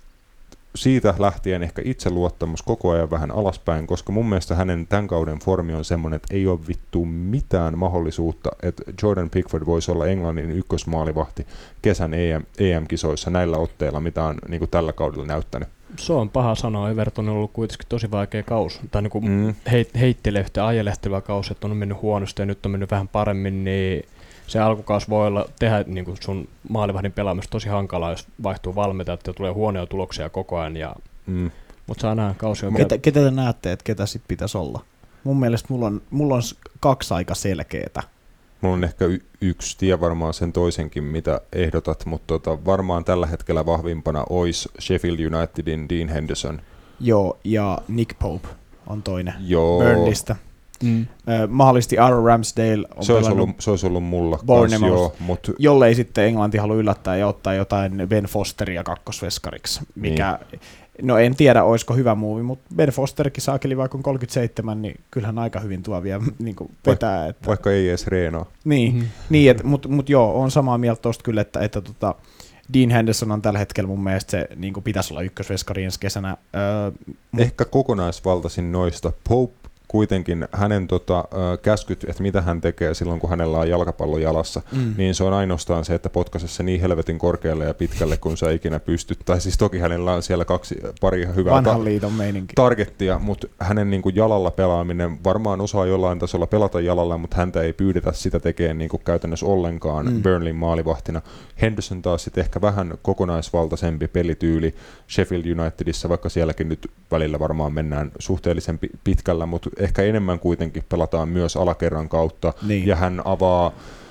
siitä lähtien ehkä itseluottamus koko ajan vähän alaspäin, koska mun mielestä hänen tämän kauden formi on semmoinen, että ei ole vittu mitään mahdollisuutta, että Jordan Pickford voisi olla Englannin ykkösmaalivahti kesän E M, E M-kisoissa näillä otteilla, mitä on niin kuin tällä kaudella näyttänyt. Se on paha sanoa. Everton on ollut kuitenkin tosi vaikea kausi. Tai niinku mm. heit, heittelehty ja ajelehtelevä kausi, että on mennyt huonosti ja nyt on mennyt vähän paremmin, niin se alkukaus voi olla tehdä niinku sun maalivahdin pelaamista tosi hankalaa, jos vaihtuu valmentajat ja tulee huonoja tuloksia koko ajan. Ja, mm. mutta saa nähdä, kausi on ketä, vielä... ketä te näette, että ketä sit pitäisi olla? Mun mielestä mulla on, mulla on kaksi aika selkeätä. Mulla on ehkä y- yksi tie varmaan sen toisenkin, mitä ehdotat, mutta tota, varmaan tällä hetkellä vahvimpana olisi Sheffield Unitedin Dean Henderson. Joo, ja Nick Pope on toinen Joo. Burnleystä. Mm. Äh, mahdollisesti Aaron Ramsdale on se, olisi ollut, se olisi ollut mulla kans, joo, mut... jollei sitten Englanti halua yllättää ja ottaa jotain Ben Fosteria kakkosveskariksi, mikä, niin. No en tiedä, olisiko hyvä muuvi, mutta Ben Fosterkin saakeli vaikka on kolmekymmentäseitsemän, niin kyllähän aika hyvin tuo vielä niin vetää. Että... Vaikka ei edes reenaa. Niin, mm-hmm. niin mutta mut joo, on samaa mieltä tuosta kyllä, että, että tota, Dean Henderson on tällä hetkellä mun mielestä se niin pitäisi olla ykkösveskari ensi kesänä. Öö, mut... Ehkä kokonaisvaltaisin noista. Pope kuitenkin hänen tota, käskyt, että mitä hän tekee silloin, kun hänellä on jalkapallo jalassa, mm. niin se on ainoastaan se, että potkaise se niin helvetin korkealle ja pitkälle, kun sä ikinä pystyt. Tai siis toki hänellä on siellä kaksi, pari ihan hyvää Vanhan liiton meininki. targettia, mutta hänen niin kuin jalalla pelaaminen, varmaan osaa jollain tasolla pelata jalalla, mutta häntä ei pyydetä sitä tekemään niin kuin käytännössä ollenkaan mm. Burnleyn maalivahtina. Henderson taas sitten ehkä vähän kokonaisvaltaisempi pelityyli Sheffield Unitedissa, vaikka sielläkin nyt välillä varmaan mennään suhteellisen pitkällä, mutta ehkä enemmän kuitenkin pelataan myös alakerran kautta, niin. Ja hän avaa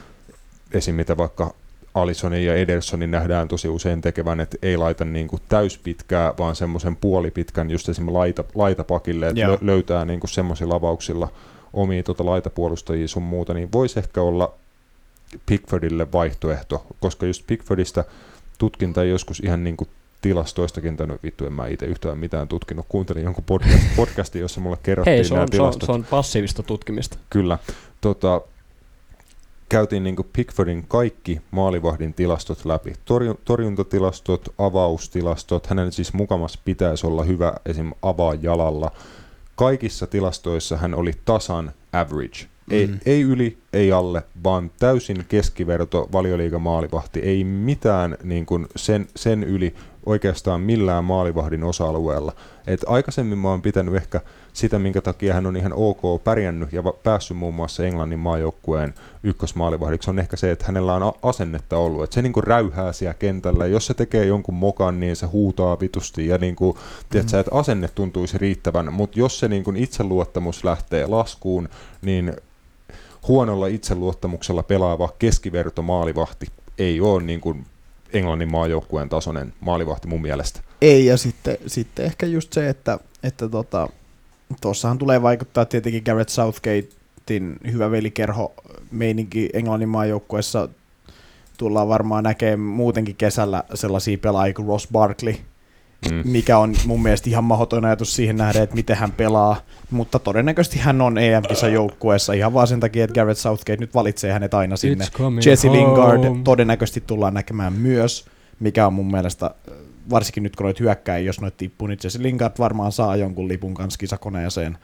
esim. Mitä vaikka Alissonin ja Edersonin nähdään tosi usein tekevän, että ei laita niin kuin täyspitkää, vaan semmoisen puolipitkän just esim. Laita, laitapakille, että lö, löytää niin kuin semmoisilla avauksilla omia tota laitapuolustajia sun muuta, niin voisi ehkä olla Pickfordille vaihtoehto, koska just Pickfordista tutkinta joskus ihan niin kuin tilastoistakin, tai no vittu en mä itse yhtään mitään tutkinut, kuuntelin jonkun podcast, podcastin, jossa mulle kerrottiin Hei, se on, nämä tilastot. Se on, se on passiivista tutkimista. Kyllä. Tota, käytiin niin kuin Pickfordin kaikki maalivahdin tilastot läpi. Torju, torjuntatilastot, avaustilastot, hänen siis mukamas pitäisi olla hyvä esim. Avaa jalalla. Kaikissa tilastoissa hän oli tasan average. Ei, mm. ei yli, ei alle, vaan täysin keskiverto Valioliigan maalivahti. Ei mitään niin kuin sen, sen yli oikeastaan millään maalivahdin osa-alueella. Et aikaisemmin mä oon pitänyt ehkä sitä, minkä takia hän on ihan ok pärjännyt ja päässyt muun muassa Englannin maajoukkueen ykkösmaalivahdiksi, on ehkä se, että hänellä on asennetta ollut. Et se niinku räyhää siellä kentällä. Jos se tekee jonkun mokan, niin se huutaa vitusti ja niinku, tiedätkö, että asenne tuntuisi riittävän. Mutta jos se niinku itseluottamus lähtee laskuun, niin huonolla itseluottamuksella pelaava keskiverto maalivahti ei ole niin kuin Englannin maajoukkueen tasoinen maalivahti mun mielestä. Ei, ja sitten, sitten ehkä just se, että että tota, tuossahan tulee vaikuttaa tietenkin Gareth Southgatein hyvä velikerho meininki Englannin maajoukkueessa. Tullaan varmaan näkemään muutenkin kesällä sellaisia pelaajia kuin Ross Barkley, Mm. mikä on mun mielestä ihan mahdoton ajatus siihen nähdä, että miten hän pelaa, mutta todennäköisesti hän on E M-kisan joukkueessa ihan vaan sen takia, että Gareth Southgate nyt valitsee hänet aina sinne. Jesse home. Lingard todennäköisesti tullaan näkemään myös, mikä on mun mielestä, varsinkin nyt kun noit hyökkää, jos noit tippuu, niin Jesse Lingard varmaan saa jonkun lipun kanssa kisakoneeseen.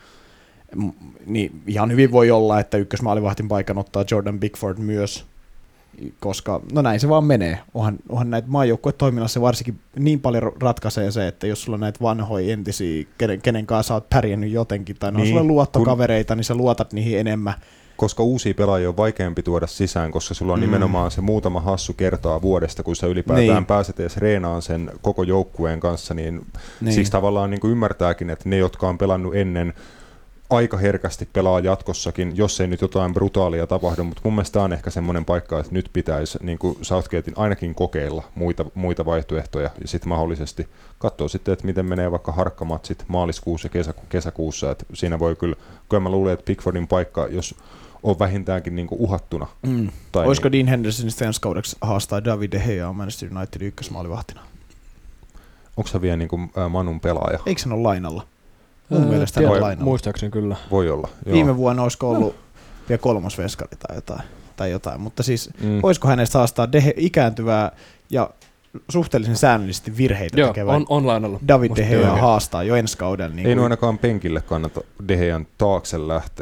Niin ihan hyvin voi olla, että ykkösmaalivahtin paikan ottaa Jordan Pickford myös, koska no näin se vaan menee. Onhan, onhan näitä maajoukkuetoiminnassa varsinkin niin paljon ratkaisee se, että jos sulla on näitä vanhoja entisiä, kenen, kenen kanssa sä oot pärjännyt jotenkin, tai ne niin, on sulle luottokavereita, kun, niin sä luotat niihin enemmän. Koska uusia pelaajia on vaikeampi tuoda sisään, koska sulla on mm. nimenomaan se muutama hassu kertaa vuodesta, kun sä ylipäätään niin. pääset edes reenaan sen koko joukkueen kanssa, niin, niin. siksi tavallaan niin kuin ymmärtääkin, että ne, jotka on pelannut ennen, aika herkästi pelaa jatkossakin, jos ei nyt jotain brutaalia tapahdu, mutta mun mielestä tämä on ehkä semmoinen paikka, että nyt pitäisi niin kuin Southgatein ainakin kokeilla muita, muita vaihtoehtoja ja sitten mahdollisesti katsoa sitten, että miten menee vaikka harkkamatsit maaliskuussa ja kesäku- kesäkuussa, että siinä voi kyllä, kyllä mä luulen, että Pickfordin paikka, jos on vähintäänkin niin kuin uhattuna. Mm. Tai olisiko niin, Dean Hendersonista ensi kaudeksi haastaa David De Gea Manchester Unitedin ykkösmaalivahtina? Onko se vielä niin kuin Manun pelaaja? Eikö se ole lainalla? Mun öö, mielestä tiedä, lainalla. Muistaakseni kyllä. Voi olla. Joo. Viime vuonna olisiko ollut no. vielä kolmas veskari tai jotain, tai jotain. Mutta siis mm. olisiko hänestä haastaa De- ikääntyvää ja suhteellisen säännöllisesti virheitä joo, tekevää on, on lainalla. David De Gea haastaa jo ensi kaudella. Niin ei kuin... ainakaan penkille kannata De Gean taakse lähteä.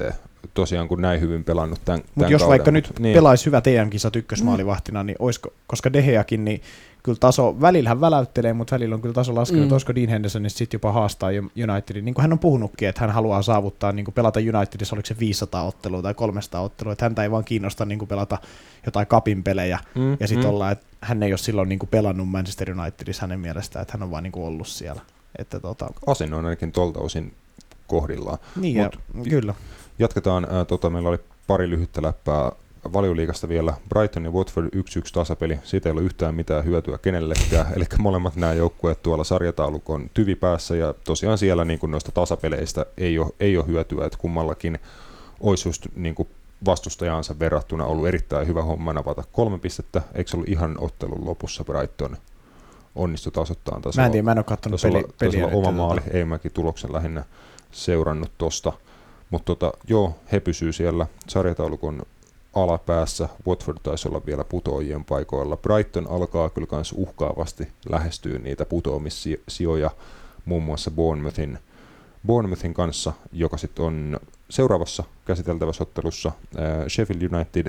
tosiaan kun näin hyvin pelannut tämän, tämän Mutta jos kauden, vaikka mut, nyt niin. pelaisi hyvät E M-kisat ykkösmaalivahtina, niin olisiko, koska De Geakin, niin kyllä taso, välillä väläyttelee, mutta välillä on kyllä taso laskenut, mm. olisiko Dean Hendersonista sitten jopa haastaa Unitedin, niin kuin hän on puhunutkin, että hän haluaa saavuttaa, niin kuin pelata Unitedissa, oliko se viisisataa ottelua tai kolmesataa ottelua, että häntä ei vaan kiinnosta niin kuin pelata jotain kapin pelejä, mm. ja sitten mm. ollaan, että hän ei ole silloin niin kuin pelannut Manchester Unitedissa hänen mielestään, että hän on vaan niin kuin ollut siellä. Että tota... Asenne on ainakin tuolta osin kohdillaan. Niin, ja, kyllä. Jatketaan, ää, tota, meillä oli pari lyhyttä läppää Valioliigasta vielä. Brighton ja Watford yksi yksi tasapeli. Siitä ei ole yhtään mitään hyötyä kenellekään. Eli molemmat nämä joukkueet tuolla sarjataulukon tyvipäässä. Ja tosiaan siellä niin kuin noista tasapeleistä ei ole, ei ole hyötyä. Että kummallakin olisi just niin kuin vastustajaansa verrattuna ollut erittäin hyvä homma napata kolme pistettä. Eikö se ollut ihan ottelun lopussa Brighton onnistui tasoittaan tasolla? Mä en tiedä, mä en ole katsonut peli, peliä. Oma maali, ei mäkin tuloksen lähinnä seurannut tosta. Mutta tota, joo, he pysyy siellä sarjataulukon alapäässä. Watford taisi olla vielä putoajien paikoilla. Brighton alkaa kyllä kans uhkaavasti lähestyä niitä putoamissijoja muun muassa Bournemouthin, Bournemouthin kanssa, joka sitten on seuraavassa käsiteltävässä ottelussa äh, Sheffield United.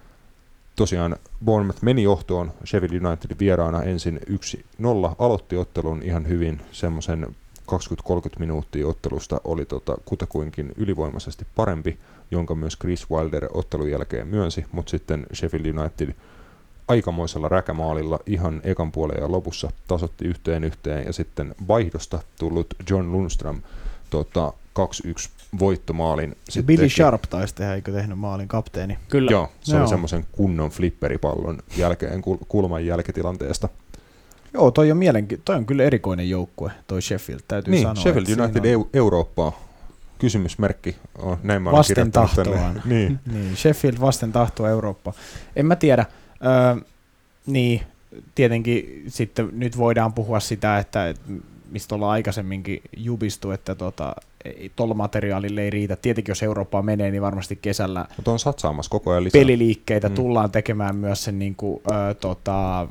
Tosiaan Bournemouth meni johtoon Sheffield United vieraana ensin yksi nolla, aloitti ottelun ihan hyvin, semmoisen kaksikymmentä kolmekymmentä minuuttia ottelusta oli tota kutakuinkin ylivoimaisesti parempi, jonka myös Chris Wilder ottelun jälkeen myönsi, mutta sitten Sheffield United aikamoisella räkämaalilla ihan ekan puolen ja lopussa tasoitti yhteen yhteen, ja sitten vaihdosta tullut John Lundström tota, kaksi yksi voittomaalin. Ja Billy teki. Sharp taisi tehdä, eikö tehnyt maalin kapteeni? Kyllä. Joo, se Joo. oli semmoisen kunnon flipperipallon jälkeen kulman jälkitilanteesta. Joo, toi on, mielenki- toi on kyllä erikoinen joukkue, toi Sheffield, täytyy niin, sanoa. Sheffield United on... Eurooppaa, kysymysmerkki, oh, näin mä olen vasten tahtoaan. niin. niin, Sheffield vasten tahtoa Eurooppaa. En mä tiedä, öö, niin, tietenkin sitten nyt voidaan puhua sitä, että mistä ollaan aikaisemminkin jubistu, että tota, tuolla materiaalille ei riitä. Tietenkin jos Eurooppaan menee, niin varmasti kesällä mutta on satsaamassa koko ajan lisää. Peliliikkeitä mm. tullaan tekemään myös sen niin kuin, ö, tota,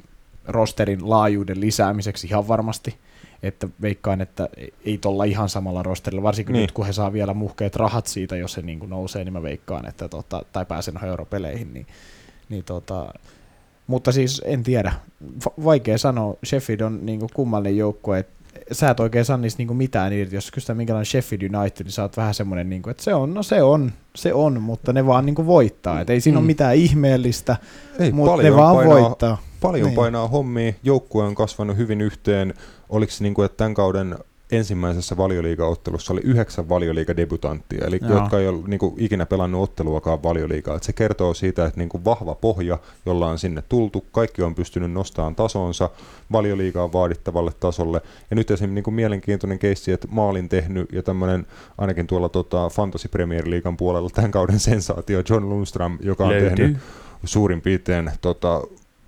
rosterin laajuuden lisäämiseksi ihan varmasti. Että veikkaan, että ei tuolla ihan samalla rosterilla, varsinkin niin. Nyt kun he saa vielä muhkeet rahat siitä, jos se niin kuin nousee, niin mä veikkaan, että tota, tai pääsen europeleihin, niin, niin tota, mutta siis en tiedä, vaikea sanoa, Sheffield on niin kuin kummallinen joukkue, että sä et oikein saa niistä niin mitään irti, jos kysytään minkälainen Sheffield United, niin sä oot vähän semmoinen, niin kuin, että se on, no se on, se on, mutta ne vaan niin kuin voittaa, että ei siinä mm. ole mitään ihmeellistä, ei, mutta ne vaan painaa, voittaa. Paljon niin. painaa hommia, joukkue on kasvanut hyvin yhteen, oliko se niin kuin, että tämän kauden ensimmäisessä Valioliiga-ottelussa oli yhdeksän Valioliiga-debutanttia, eli Joo. jotka ei ole niin kuin, ikinä pelannut otteluakaan Valioliigaa. Et se kertoo siitä, että niin kuin, vahva pohja, jolla on sinne tultu, kaikki on pystynyt nostamaan tasonsa Valioliigaan vaadittavalle tasolle. Ja nyt esimerkiksi niin kuin, mielenkiintoinen keissi, että maalin tehnyt ja tämmöinen ainakin tuolla tota, Fantasy Premier Leaguean puolella tämän kauden sensaatio John Lundström, joka on Löytyy. tehnyt suurin piirtein tota,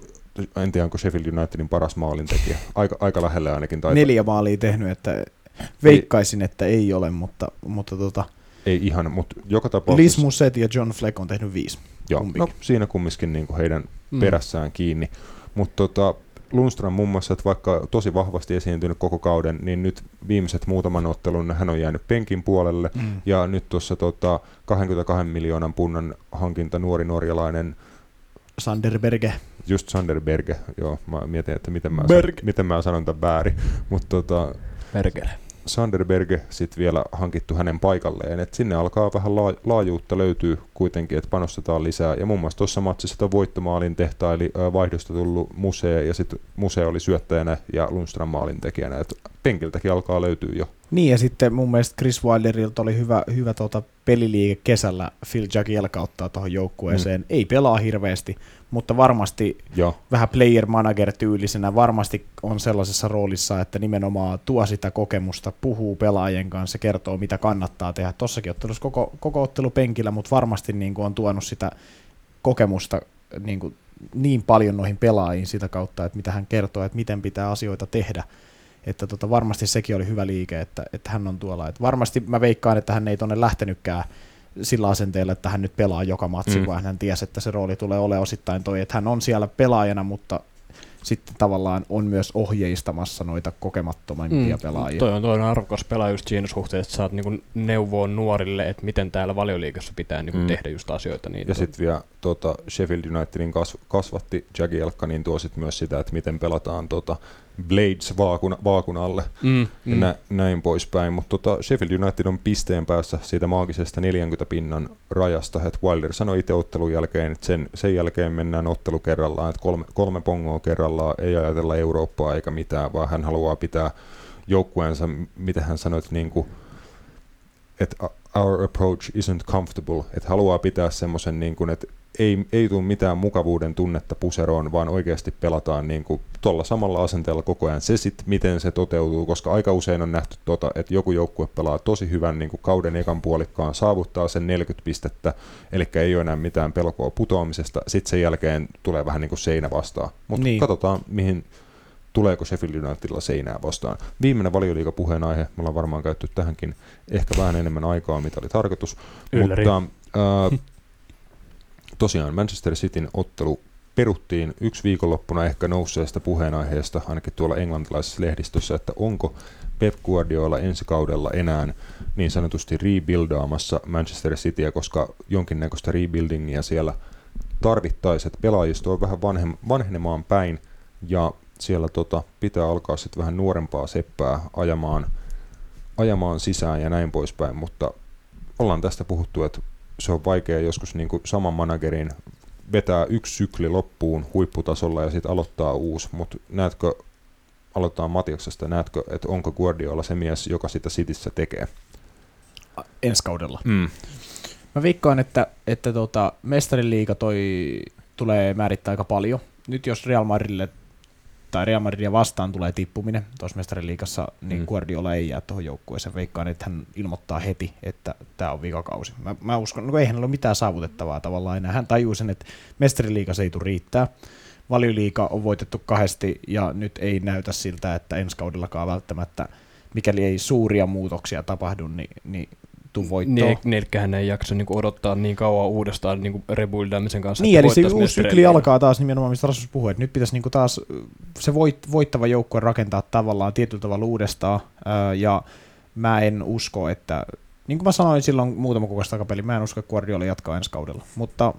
en tiedä, onko Sheffield Unitedin paras maalintekijä. Aika, aika lähelle ainakin taitaa. Neljä maalia tehnyt, että veikkaisin, ei, että ei ole, mutta... mutta tota, ei ihan, mutta joka tapauksessa... Liz Musset ja John Fleck on tehnyt viisi. Joo, no, siinä kumminkin niin kuin heidän mm. perässään kiinni. Mutta tota, Lundström muun muassa, että vaikka tosi vahvasti esiintynyt koko kauden, niin nyt viimeiset muutaman ottelun hän on jäänyt penkin puolelle. Mm. Ja nyt tuossa tota, kaksikymmentäkaksi miljoonan punnan hankinta nuori norjalainen... Sander Berge. Just Sander Berge, joo, mä mietin, että miten mä, sanon, miten mä sanon tämän väärin, mutta tota, Bergele. Sander Berge sitten vielä hankittu hänen paikalleen, että sinne alkaa vähän laa, laajuutta löytyy kuitenkin, että panostetaan lisää, ja muun muassa tuossa matsissa tuon voittomaalin tehtaili vaihdosta tullut Musee, ja sitten Musee oli syöttäjänä ja Lundström maalin tekijänä, että penkiltäkin alkaa löytyä jo. Niin, ja sitten mun mielestä Chris Wilderilta oli hyvä, hyvä tuota peliliike kesällä Phil Jagielka ottaa tuohon joukkueeseen. Mm. Ei pelaa hirveästi, mutta varmasti Joo. vähän player-manager-tyylisenä varmasti on sellaisessa roolissa, että nimenomaan tuo sitä kokemusta, puhuu pelaajien kanssa, kertoo mitä kannattaa tehdä. Tossakin ottelussa koko, koko ottelu penkillä, mutta varmasti niin kuin on tuonut sitä kokemusta niin, kuin niin paljon noihin pelaajiin sitä kautta, että mitä hän kertoo, että miten pitää asioita tehdä. Että tota, varmasti sekin oli hyvä liike, että, että hän on tuolla. Että varmasti mä veikkaan, että hän ei tuonne lähtenytkään sillä asenteella, että hän nyt pelaa joka matsi, mm. vaan hän tiesi, että se rooli tulee olemaan osittain toi, että hän on siellä pelaajana, mutta sitten tavallaan on myös ohjeistamassa noita kokemattomampia mm. pelaajia. Toi on, toi on arvokas pelaaja just siinä suhteessa, että saat niinku neuvoa nuorille, että miten täällä Valioliigassa pitää niinku mm. tehdä just asioita. Niin ja sitten vielä tuota, Sheffield Unitedin kasv- kasvatti Jagielka, niin tuo sit myös sitä, että miten pelataan tuota, Blades vaakun, vaakun alle mm, ja mm. Nä, näin poispäin. Mutta tota, Sheffield United on pisteen päässä siitä maagisesta neljäkymmentä pinnan rajasta. Et Wilder sanoi itse ottelun jälkeen, että sen, sen jälkeen mennään ottelu kerrallaan, että kolme, kolme pongoa kerrallaan, ei ajatella Eurooppaa eikä mitään, vaan hän haluaa pitää joukkueensa, mitä hän sanoi, että niinku, että our approach isn't comfortable, että haluaa pitää semmoisen, niin kuin, että ei, ei tule mitään mukavuuden tunnetta puseroon, vaan oikeasti pelataan niin kuin tuolla samalla asenteella koko ajan. Se sitten, miten se toteutuu, koska aika usein on nähty, tota, että joku joukkue pelaa tosi hyvän niin kuin kauden ekan puolikkaan, saavuttaa sen neljäkymmentä pistettä, eli ei ole enää mitään pelkoa putoamisesta, sitten sen jälkeen tulee vähän niin kuin seinä vastaan. Mutta niin. Katsotaan, mihin tuleeko Sheffield Unitedilla seinää vastaan. Viimeinen Valioliigan puheenaihe, me ollaan varmaan käytetty tähänkin ehkä vähän enemmän aikaa, mitä oli tarkoitus. Ylläri. Mutta äh, tosiaan Manchester Cityn ottelu peruttiin yksi viikonloppuna ehkä nousseesta puheenaiheesta, ainakin tuolla englantilaisessa lehdistössä, että onko Pep Guardiola ensi kaudella enää niin sanotusti rebuildaamassa Manchester Cityä, koska jonkinnäköistä rebuildingia siellä tarvittaisiin, että pelaajisto on vähän vanhem- vanhenemaan päin, ja siellä tota, pitää alkaa sitten vähän nuorempaa seppää ajamaan, ajamaan sisään ja näin poispäin, mutta ollaan tästä puhuttu, että se on vaikea joskus niin kuin saman managerin vetää yksi sykli loppuun huipputasolla ja sitten aloittaa uusi, mutta näetkö, aloitetaan Matiaksesta, näetkö, että onko Guardiola se mies, joka sitä Cityssä tekee? Ensi kaudella. Mm. Mä veikkaan, että, että tota, mestariliiga toi tulee määrittää aika paljon. Nyt jos Real Madridille tai Real Madridia vastaan tulee tippuminen tuossa mestariliigassa, niin mm. Guardiola ei jää tuohon joukkueeseen. Veikkaan, että hän ilmoittaa heti, että tämä on vikakausi. Mä, mä uskon, no ei hänellä ole mitään saavutettavaa tavallaan enää. Hän tajuu sen, että mestariliiga se ei tule riittää. Valioliiga on voitettu kahdesti ja nyt ei näytä siltä, että ensi kaudellakaan välttämättä, mikäli ei suuria muutoksia tapahdu, niin, niin tuu voittoon. Nelkkähän ei jaksa niinku odottaa niin kauan uudestaan niinku rebuildaamisen kanssa. Niin, eli se uusi sykli alkaa taas nimenomaan, mistä Rasmus puhui, että nyt pitäisi niinku taas se voit, voittava joukkue rakentaa tavallaan tietyllä tavalla uudestaan, ää, ja mä en usko, että, niin kuin mä sanoin silloin muutama kuukausi takapeli, mä en usko, että Guardiola jatkaa ensi kaudella, mutta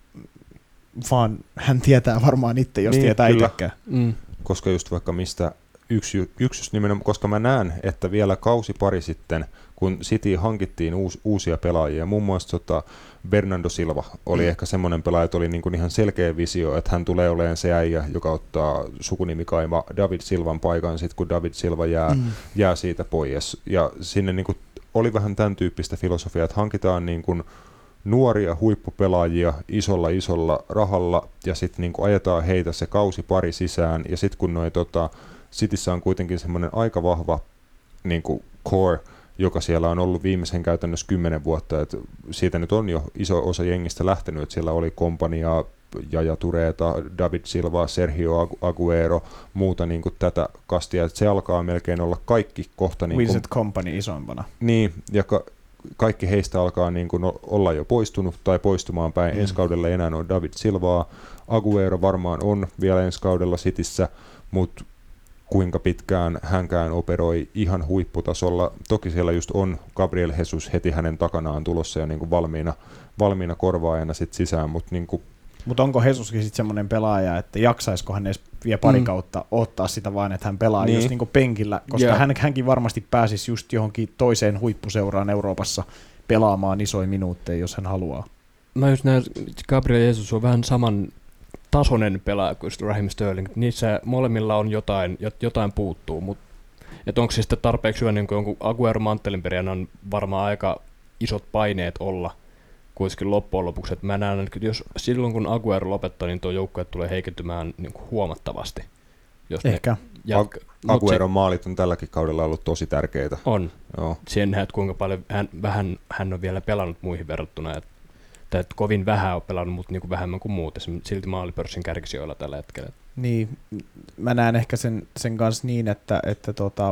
vaan hän tietää varmaan itse, jos niin, tietää itsekään. Mm. Koska just vaikka mistä yksi, yksi nimenomaan, koska mä näen, että vielä kausi pari sitten, kun City hankittiin uus, uusia pelaajia, muun muassa tota Bernardo Silva oli mm. ehkä semmoinen pelaaja, että oli niin kuin ihan selkeä visio, että hän tulee olemaan se äijä, joka ottaa sukunimikaima David Silvan paikan, sit kun David Silva jää, mm. jää siitä pois. Ja sinne niin kuin oli vähän tämän tyyppistä filosofiaa, että hankitaan niin kuin nuoria huippupelaajia isolla isolla rahalla ja sitten niin kuin ajetaan heitä se kausi pari sisään, ja sitten kun noi tota, Cityssä on kuitenkin semmoinen aika vahva niin kuin core, joka siellä on ollut viimeisen käytännössä kymmenen vuotta, että siitä nyt on jo iso osa jengistä lähtenyt, että siellä oli Kompania, Jaja Tureeta, David Silva, Sergio Aguero, muuta niin kuin tätä kastia, että se alkaa melkein olla kaikki kohta niin kuin Company isompana. Niin, ja ka- kaikki heistä alkaa niin kuin olla jo poistunut tai poistumaan päin. Mm. Ensi kaudella enää on David Silvaa, Aguero varmaan on vielä ensi kaudella Cityssä, mutta kuinka pitkään hänkään operoi ihan huipputasolla. Toki siellä just on Gabriel Jesus heti hänen takanaan tulossa ja niin kuin valmiina, valmiina korvaajana sit sisään. Mutta niin kuin Mut onko Jesuskin sitten semmoinen pelaaja, että jaksaisiko hän edes vielä pari mm. kautta ottaa sitä vain, että hän pelaa niin. just niin kuin penkillä, koska yeah. hän, hänkin varmasti pääsisi just johonkin toiseen huippuseuraan Euroopassa pelaamaan isoja minuutteja, jos hän haluaa. Mä just näen, että Gabriel Jesus on vähän saman tasoinen pelaaja kuin Raheem Sterling. Niissä molemmilla on jotain, jotain puuttuu, mutta onko se sitten tarpeeksi hyvä, niin kuin jonkun Aguero manttelin perijänä on varmaan aika isot paineet olla kuitenkin loppujen lopuksi. Et mä näen, että jos silloin kun Aguero lopettaa, niin tuo joukkue tulee heikentymään niin kuin huomattavasti. Jos Ehkä. Ag- Agueron maalit on tälläkin kaudella ollut tosi tärkeitä. On. Joo. Siihen näet, kuinka paljon hän, vähän hän on vielä pelannut muihin verrattuna. Et, tai että kovin vähän on pelannut, mutta niin kuin vähemmän kuin muut. Silti maalipörssin kärkisijoilla tällä hetkellä. Niin, mä näen ehkä sen, sen kanssa niin, että, että tota,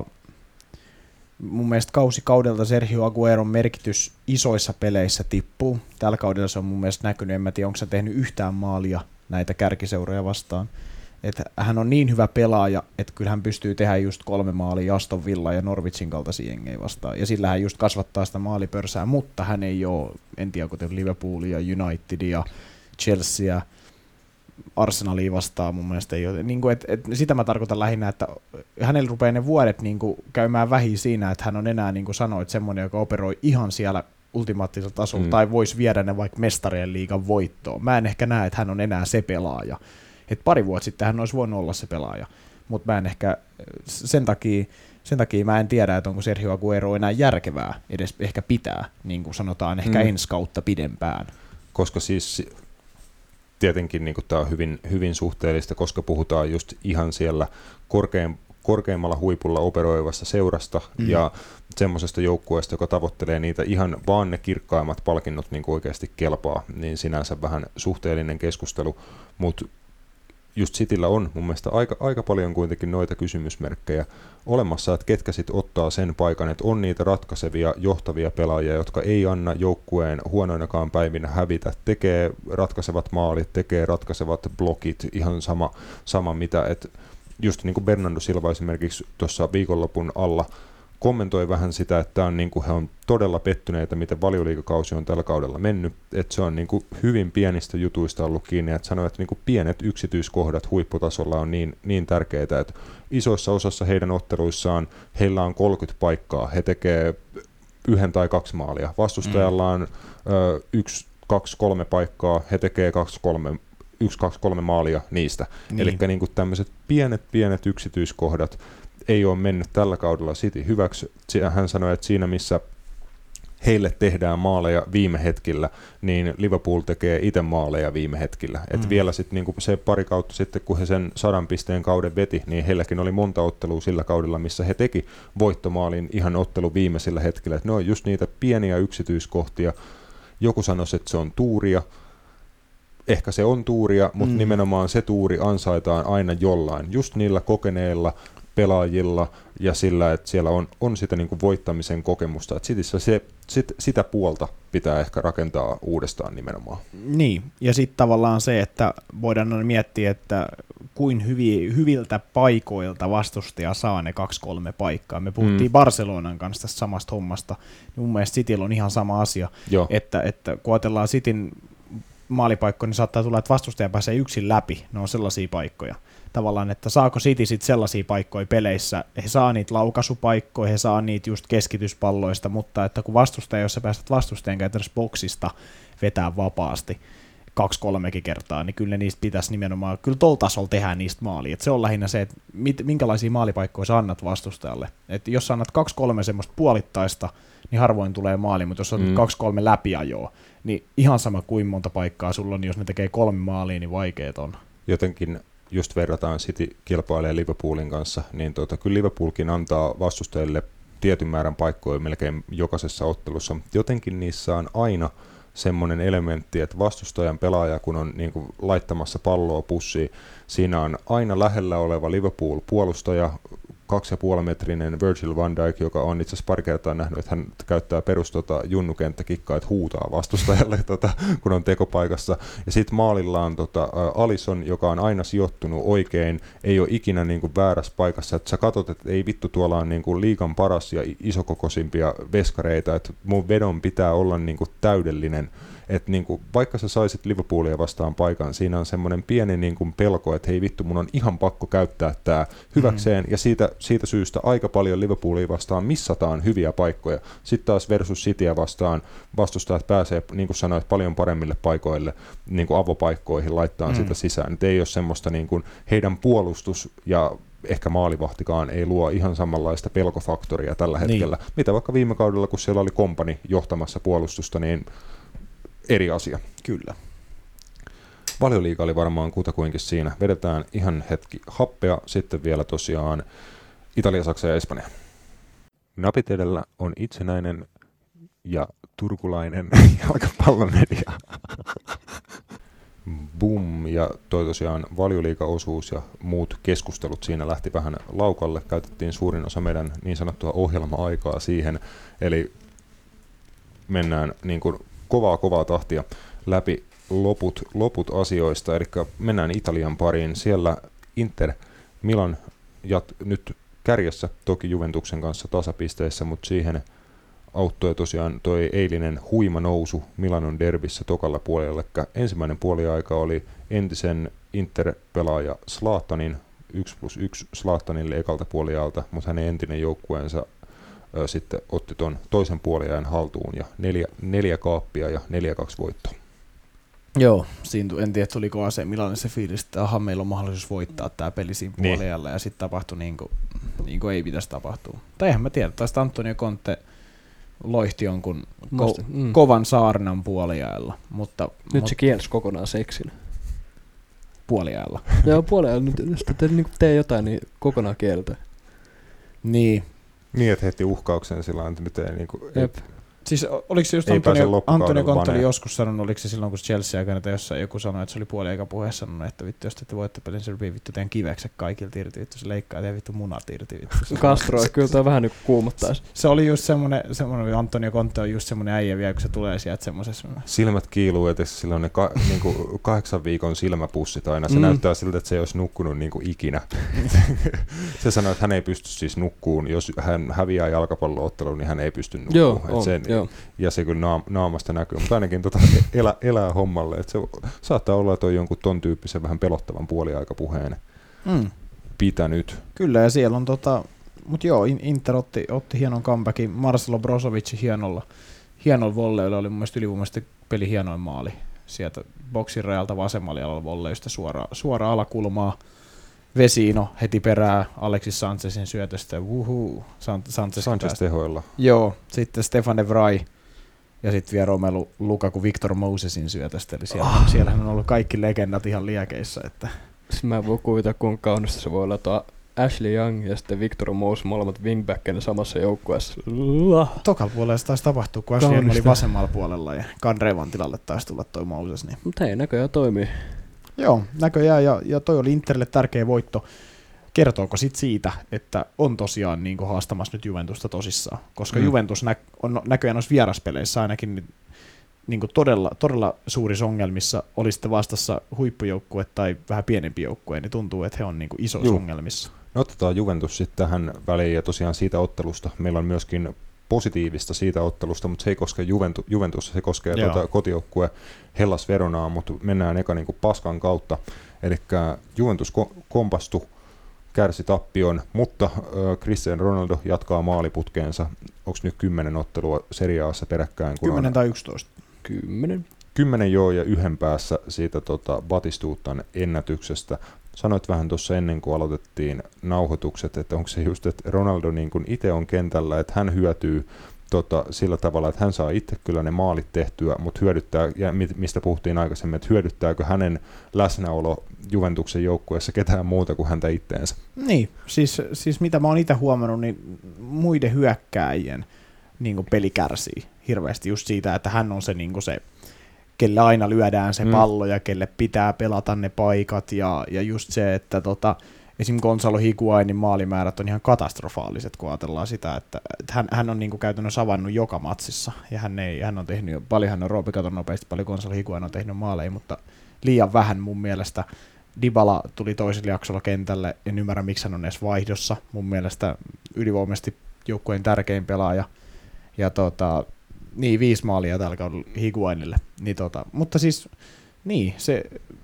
mun mielestä kausi kaudelta Sergio Agueron merkitys isoissa peleissä tippuu. Tällä kaudella se on mun mielestä näkynyt, en mä tiedä, onko se tehnyt yhtään maalia näitä kärkiseuroja vastaan. että hän on niin hyvä pelaaja, että kyllä hän pystyy tehdä just kolme maalia Aston Villa ja Norwichin kaltaisia jengejä vastaan. Ja sillä hän just kasvattaa sitä maalipörsää, mutta hän ei ole, en tiedä kuten Liverpoolia, Unitedia, Chelsea, Arsenalia vastaan mun mielestä ei ole. Niin kuin, et, et, sitä mä tarkoitan lähinnä, että hänellä rupeaa ne vuodet niin kuin, käymään vähin siinä, että hän on enää, niin kuin sanoit, semmoinen, joka operoi ihan siellä ultimaattisella tasolla, mm. tai voisi viedä ne vaikka mestarien liigan voittoon. Mä en ehkä näe, että hän on enää se pelaaja. Et pari vuotta sitten hän olisi voinut olla se pelaaja, mutta mä en ehkä, sen takia, sen takia mä en tiedä, että onko Sergio Aguero enää järkevää edes ehkä pitää, niin kuin sanotaan, ehkä mm. ensi kautta pidempään. Koska siis tietenkin niin tämä on hyvin, hyvin suhteellista, koska puhutaan just ihan siellä korkein, korkeimmalla huipulla operoivasta seurasta mm. ja semmoisesta joukkueesta, joka tavoittelee niitä ihan vaan ne kirkkaimmat palkinnot niin kuin oikeasti kelpaa, niin sinänsä vähän suhteellinen keskustelu, mutta just Cityllä on mun mielestä aika, aika paljon kuitenkin noita kysymysmerkkejä olemassa, että ketkä sitten ottaa sen paikan, että on niitä ratkaisevia, johtavia pelaajia, jotka ei anna joukkueen huonoinakaan päivinä hävitä, tekee ratkaisevat maalit, tekee ratkaisevat blokit, ihan sama, sama mitä, että just niin kuin Bernardo Silva esimerkiksi tuossa viikonlopun alla kommentoi vähän sitä, että on niin kuin he on todella pettyneitä, miten Valioliigakausi on tällä kaudella mennyt, että se on niin kuin hyvin pienistä jutuista ollut kiinni, että sanoi, että niin kuin pienet yksityiskohdat huipputasolla on niin, niin tärkeitä, että isoissa osassa heidän otteluissaan heillä on kolmekymmentä paikkaa, he tekee yhden tai kaksi maalia, vastustajalla on ö, yksi, kaksi, kolme paikkaa, he tekee kaksi, kolme, yksi, kaksi, kolme maalia niistä, niin. Eli niin kuin tämmöiset pienet, pienet yksityiskohdat ei ole mennyt tällä kaudella City hyväksi. Hän sanoi, että siinä missä heille tehdään maaleja viime hetkillä, niin Liverpool tekee itse maaleja viime hetkillä. Mm. Et vielä sit niinku se pari kautta sitten, kun he sen sadan pisteen kauden veti, niin heilläkin oli monta ottelua sillä kaudella, missä he teki voittomaalin ihan ottelu viimeisellä hetkellä. Et ne on just niitä pieniä yksityiskohtia. Joku sanoisi, että se on tuuria. Ehkä se on tuuria, mutta mm. nimenomaan se tuuri ansaitaan aina jollain. Just niillä kokeneilla pelaajilla ja sillä, että siellä on, on sitä niin kuin voittamisen kokemusta. Että Cityssä se, sit, sitä puolta pitää ehkä rakentaa uudestaan nimenomaan. Niin, ja sitten tavallaan se, että voidaan miettiä, että kuin hyvi, hyviltä paikoilta vastustaja saa ne kaksi kolme paikkaa. Me puhuttiin mm. Barcelonan kanssa tästä samasta hommasta, niin mun mielestä Cityllä on ihan sama asia, että, että kun ajatellaan Cityn maalipaikkoja, niin saattaa tulla, että vastustaja pääsee yksin läpi, ne on sellaisia paikkoja. Tavallaan, että saako City sitten sellaisia paikkoja peleissä, he saa niitä laukaisupaikkoja, he saa niitä just keskityspalloista, mutta että kun vastustaja, jos sä päästät vastustajan käytännössä boksista vetää vapaasti kaksi kolmekin kertaa, niin kyllä niistä pitäisi nimenomaan, kyllä tuolla tasolla tehdä niistä maalia. Et se on lähinnä se, että mit, minkälaisia maalipaikkoja sä annat vastustajalle. Et jos sä annat kaksi kolme semmoista puolittaista, niin harvoin tulee maali, mutta jos sä annat mm. kaksi kolme läpiajoa, niin ihan sama kuin monta paikkaa sulla on, niin jos ne tekee kolme maalia, niin vaikeet on. Jotenkin just verrataan City kilpailee Liverpoolin kanssa, niin tuota, kyllä Liverpoolkin antaa vastustajille tietyn määrän paikkoja melkein jokaisessa ottelussa. Jotenkin niissä on aina semmoinen elementti, että vastustajan pelaaja, kun on niin kuin laittamassa palloa pussiin, siinä on aina lähellä oleva Liverpool-puolustaja, kaksi ja puoli metrinen Virgil van Dijk, joka on itse asiassa pari kertaa nähnyt, että hän käyttää perus tota, junnukenttäkikkaa, että huutaa vastustajalle, tota, kun on tekopaikassa. Ja sitten maalilla on tota, Alisson, joka on aina sijoittunut oikein, ei ole ikinä niin kuin väärässä paikassa. Että sä katsot, että ei vittu, tuolla on niin kuin liigan paras ja isokokoisimpia veskareita, että mun vedon pitää olla niin kuin täydellinen. Että niinku, vaikka sä saisit Liverpoolia vastaan paikan, siinä on semmoinen pieni niinku pelko, että hei vittu, mun on ihan pakko käyttää tää hyväkseen, mm-hmm. ja siitä, siitä syystä aika paljon Liverpoolia vastaan missataan hyviä paikkoja. Sitten taas versus Cityä vastaan vastustajat pääsee, niin kuin sanoit, paljon paremmille paikoille, niin kuin avopaikkoihin laittaa mm-hmm. sitä sisään. Et ei ole semmoista niinku, heidän puolustus ja ehkä maalivahtikaan ei luo ihan samanlaista pelkofaktoria tällä hetkellä, niin. Mitä vaikka viime kaudella, kun siellä oli kompani johtamassa puolustusta, niin eri asia. Kyllä. Valioliiga oli varmaan kutakuinkin siinä. Vedetään ihan hetki happea, sitten vielä tosiaan Italia, Saksa ja Espanja. Napit edellä on itsenäinen ja turkulainen jalkapallomedia. Boom, ja toi tosiaan Valioliiga-osuus ja muut keskustelut siinä lähti vähän laukalle. Käytettiin suurin osa meidän niin sanottua ohjelma-aikaa siihen, eli mennään niin kuin kovaa kovaa tahtia läpi loput, loput asioista, eli mennään Italian pariin. Siellä Inter Milan jat, nyt kärjessä toki Juventuksen kanssa tasapisteissä, mutta siihen auttoi tosiaan toi eilinen huima nousu Milanon derbissä tokalla puolella. Ensimmäinen puoliaika oli entisen Inter-pelaaja Zlatanin yksi plus yksi Zlatanille ekalta puoliajalta, mutta hänen entinen joukkueensa ö, sitten otti ton toisen puoliajan haltuun ja neljä, neljä kaappia ja neljä kaksi voittoa. Joo, siinä en tiedä, tuliko A C Milanille se fiilis, että aha, meillä on mahdollisuus voittaa tämä peli siinä niin. puoliajalla, ja sitten tapahtui niin kuin, niin kuin ei pitäisi tapahtua. Tai eihän mä tiedä, taisi Antonio Conte loihti jonkun ko- mm. kovan saarnan puoliajalla. Mutta nyt mut, se kielsi kokonaan seksin. Puoliajalla. Joo, puoliajalla. Jos te niin tee jotain, niin kokonaan kieltä. Niin. Niin, että heti uhkauksen sillä että nyt ei niinku... Jep. Siis oliko se just Antonio, Antonio Conte oli joskus sanonut, oliko se silloin kun Chelsea aikana tai jossain joku sanoi, että se oli puoliaika puheessa sanonut, että vittu jos te ette voitte pelin, se repii vittu teidän kivekset kaikilta irti, vittu se leikkaa teidän vittu munat irti. Vittu. Castro, kyllä tämä vähän nyt kuumottaisi. Se oli just semmoinen, semmoinen Antonio Conte on just semmoinen äijä vielä, kun se tulee sieltä semmoisessa. Silmät kiiluu, että sillä on ne ka, niinku kahdeksan viikon silmäpussit aina. Se mm. näyttää siltä, että se ei olisi nukkunut niinku ikinä. Se sanoi, että hän ei pysty siis nukkuun. Jos hän häviää jalkapallo-ottelun, niin hän ei pysty nukkuun. Joo, on, sen, joo. Ja se kyllä naam, naamasta näkyy, mutta ainakin tota elä, elää hommalle. Että se saattaa olla, että on jonkun ton tyyppisen vähän pelottavan puoliaikapuheen mm. pitänyt. Kyllä, ja siellä on tota, mutta joo, Inter otti, otti hienon comebackin. Marcelo Brozovic hienolla, hienolla volleilla oli mun mielestä ylivoimaisesti peli hienoin maali. Sieltä boksin rajalta vasemmalle jalalla volleista suoraan suora alakulmaa. Vesino heti perää Alexis Sanchezin syötöstä. Wuhuu. Sanchez, Sanchez tehoilla. Joo, sitten Stefan de Vrij ja sitten vielä Romelu Lukaku Victor Mosesin syötöstä. Eli siellä, oh. Siellähän on ollut kaikki legendat ihan liekeissä. Että. Mä en voi kuvitella, kuinka kaunista se voi olla tuo Ashley Young ja sitten Victor Moses molemmat wingbackina samassa joukkueessa. Tokalla puolella se taisi tapahtua, kun Ashley Young oli vasemmalla puolella ja Kandrevan tilalle taisi tulla toi Moses. Niin. Mutta hei, näköjään toimii. Joo, näköjään, ja, ja toi oli Interille tärkeä voitto. Kertooko sit siitä, että on tosiaan niin kuin haastamassa nyt Juventusta tosissaan? Koska mm. Juventus nä- on näköjään noissa vieraspeleissä ainakin niin kuin todella, todella suurissa ongelmissa, oli sitten vastassa huippujoukkue tai vähän pienempi joukkue, niin tuntuu, että he on niin kuin isoissa Juh. ongelmissa. No otetaan Juventus sitten tähän väliin, ja tosiaan siitä ottelusta meillä on myöskin positiivista siitä ottelusta, mutta se ei koske Juventu, Juventus, se koskee tuota kotijoukkue Hellas Veronaa, mutta mennään eka niin kuin paskan kautta. Eli Juventus ko- kompastui, kärsi tappion, mutta äh, Cristiano Ronaldo jatkaa maaliputkeensa. Onko nyt kymmenen ottelua Serie A:ssa peräkkäin? Kymmenen tai yksitoista. Kymmenen. Kymmenen joo, ja yhden päässä siitä tota, Batistuutan ennätyksestä. Sanoit vähän tuossa ennen kuin aloitettiin nauhoitukset, että onko se just, että Ronaldo niin kuin itse on kentällä, että hän hyötyy tota, sillä tavalla, että hän saa itse kyllä ne maalit tehtyä, mutta hyödyttää, ja mistä puhuttiin aikaisemmin, että hyödyttääkö hänen läsnäolo Juventuksen joukkueessa ketään muuta kuin häntä itteensä? Niin, siis, siis mitä mä oon itse huomannut, niin muiden hyökkääjien niin kuin peli kärsii hirveästi just siitä, että hän on se, niin kuin se kelle aina lyödään se mm. pallo ja kelle pitää pelata ne paikat ja, ja just se, että tota, esim. Gonzalo Higuainin maalimäärät on ihan katastrofaaliset, kun ajatellaan sitä, että, että hän, hän on niinku käytännössä avannut joka matsissa ja hän, ei, hän on tehnyt, paljon hän on Roope katon nopeasti, paljon Gonzalo Higuain on tehnyt maaleja, mutta liian vähän mun mielestä. Dybala tuli toisella jaksolla kentälle, en ymmärrä miksi hän on edes vaihdossa, mun mielestä ylivoimaisesti joukkueen tärkein pelaaja ja tota, niin, viisi maalia tällä kaudella Higuainille. Niin tota, mutta siis, niin, se,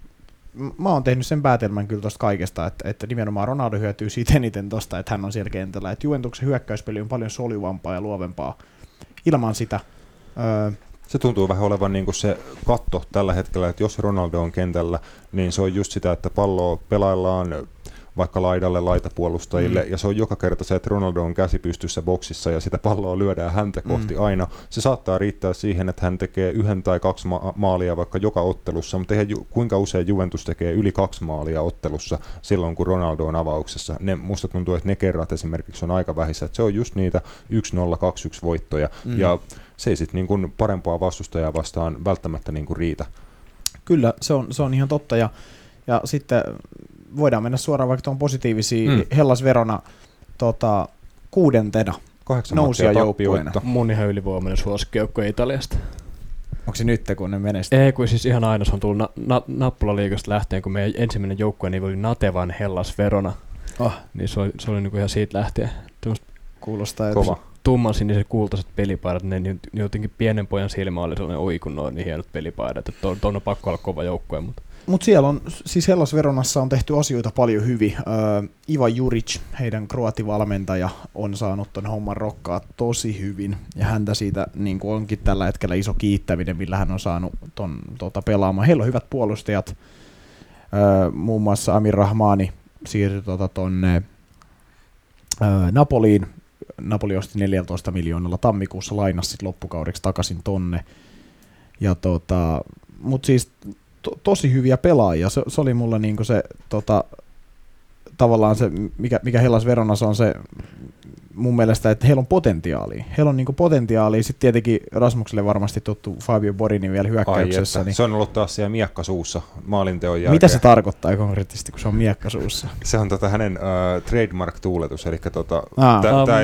mä oon tehnyt sen päätelmän kyllä tosta kaikesta, että, että nimenomaan Ronaldo hyötyy siitä eniten tosta, että hän on siellä kentällä. Että Juventuksen hyökkäyspeli on paljon soljuvampaa ja luovempaa ilman sitä. Öö, se tuntuu vähän olevan niin kuin se katto tällä hetkellä, että jos Ronaldo on kentällä, niin se on just sitä, että palloa pelaillaan vaikka laidalle laitapuolustajille, mm. ja se on joka kerta se, että Ronaldo on käsi pystyssä boksissa ja sitä palloa lyödään häntä kohti mm. aina. Se saattaa riittää siihen, että hän tekee yhden tai kaksi ma- maalia vaikka joka ottelussa, mutta eihän ju- kuinka usein Juventus tekee yli kaksi maalia ottelussa silloin, kun Ronaldo on avauksessa. Ne, musta tuntuu, että ne kerrat esimerkiksi on aika vähissä, että se on just niitä yksi nolla kaksi yksi voittoja, mm. ja se ei sitten niin kuin parempaa vastustajaa vastaan välttämättä niin kuin riitä. Kyllä, se on, se on ihan totta, ja, ja sitten voidaan mennä suoraan vaikka tuon positiivisiin mm. Hellas Verona tota, kuudentena nousia joukkueena. Mun ihan ylivoimainen suosikkijoukkue Italiasta. Onko se nyt, kun ne menestyy? Ei, kun siis ihan aina se on tullut na- na- nappulaliigasta lähtien, kun meidän ensimmäinen joukkue niin oli Natevan Hellas Verona. Oh. Niin se oli, se oli niinku ihan siitä lähtien. Tämmöset Kuulostaa kova. Tumman siniset kultaiset pelipaidat, ne niin jotenkin pienen pojan silmä oli sellainen oi kun noin niin hienot pelipaidat, että tuon on pakko olla kova joukkue. Mutta Mut siellä on, siis Hellas Veronassa on tehty asioita paljon hyvin. Öö, Iva Juric, heidän kroativalmentaja, on saanut ton homman rokkaa tosi hyvin. Ja häntä siitä niin onkin tällä hetkellä iso kiittäminen, millä hän on saanut ton tota, pelaamaan. Heillä on hyvät puolustajat. Öö, muun muassa Amir Rahmani siirtyi tota, tonne öö, Napoliin. Napoli osti neljätoista miljoonalla tammikuussa, lainasi sit loppukaudeksi takaisin tonne. Ja tota, mut siis to, tosi hyviä pelaajia. Se, se oli mulla niinku se tota, tavallaan se, mikä, mikä Hellas Veronassa on se mun mielestä, että heillä on potentiaalia. Heillä on niinku potentiaalia. Sitten tietenkin Rasmukselle varmasti tuttu Fabio Borini vielä hyökkäyksessä. Ai, niin se on ollut taas siellä miekka suussa maalinteon jälkeen. mitä se tarkoittaa konkreettisesti, kun se on miekka suussa? Se on tota hänen uh, trademark-tuuletus, eli tota, Aa. tämä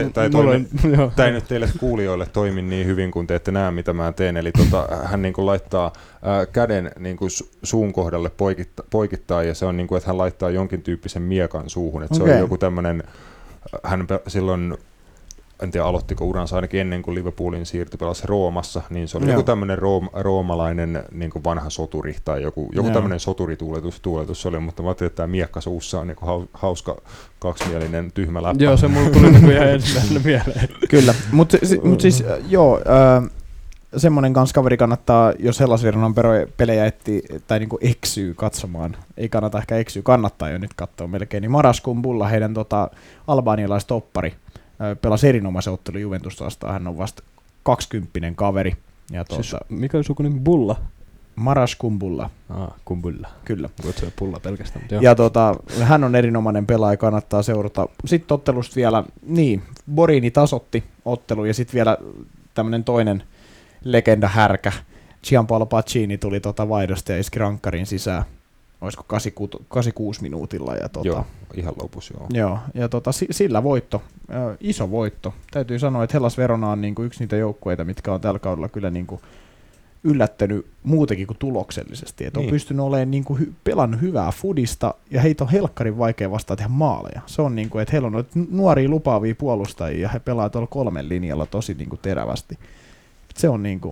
Aa, ei nyt teille kuulijoille toimi niin hyvin, kun te ette näe, mitä mä teen. Eli tota, hän niinku laittaa uh, käden niinku suun kohdalle poikitta, poikittaa, ja se on niinku, että hän laittaa jonkin tyyppisen miekan suuhun. Et se Okay. on joku tämmöinen, hän silloin, en tiedä aloittiko uransa ainakin ennen kuin Liverpoolin siirtyi, pelasi Roomassa, niin se oli Joo. joku tämmöinen room, roomalainen niin kuin vanha soturi tai joku, joku tämmöinen soturituuletus tuuletus se oli, mutta mä ajattelin, että tämä miekka suussa on niin kuin hauska kaksimielinen tyhmä läppä. Joo, se mulla tuli niin ihan ensimmäisenä mieleen. Kyllä, mutta mut siis joo, äh, semmoinen kans kaveri kannattaa, jos Hellas Veronan pelejä etsii tai niinku eksyy katsomaan, ei kannata ehkä eksyä, kannattaa jo nyt katsoa melkein, niin Maras Kumbulla, heidän tota, albaanialaistoppari, pelasi erinomaisen ottelun Juventusta vastaan, hän on vasta kaksikymppinen kaveri. Ja tuota, siis, mikä on sukunimi? Bulla? Maras Kumbulla. Ah, Kumbulla. Kyllä. Voit se pulla pelkästään. Mutta ja tuota, hän on erinomainen pelaaja, kannattaa seurata. Sitten ottelusta vielä, niin, Borini tasotti ottelu ja sitten vielä tämmöinen toinen legenda härkä, Gianpaolo Pacini tuli tuota vaihdosta ja iski rankkarin sisään. Olisiko kahdeksankymmentäkuusi minuutilla. Ja tota, joo, ihan lopussa joo. Joo, ja tota, sillä voitto, ö, iso voitto. Täytyy sanoa, että Hellas Verona on niinku yksi niitä joukkueita, mitkä on tällä kaudella kyllä niinku yllättänyt muutenkin kuin tuloksellisesti. Et on niin. pystynyt olemaan niinku hy- pelannut hyvää fudista, ja heitä on helkkarin vaikea vastaan tehdä maaleja. Se on niinku, että heillä on nuoria lupaavia puolustajia, ja he pelaavat tuolla kolmen linjalla tosi niinku terävästi. Se on niinku...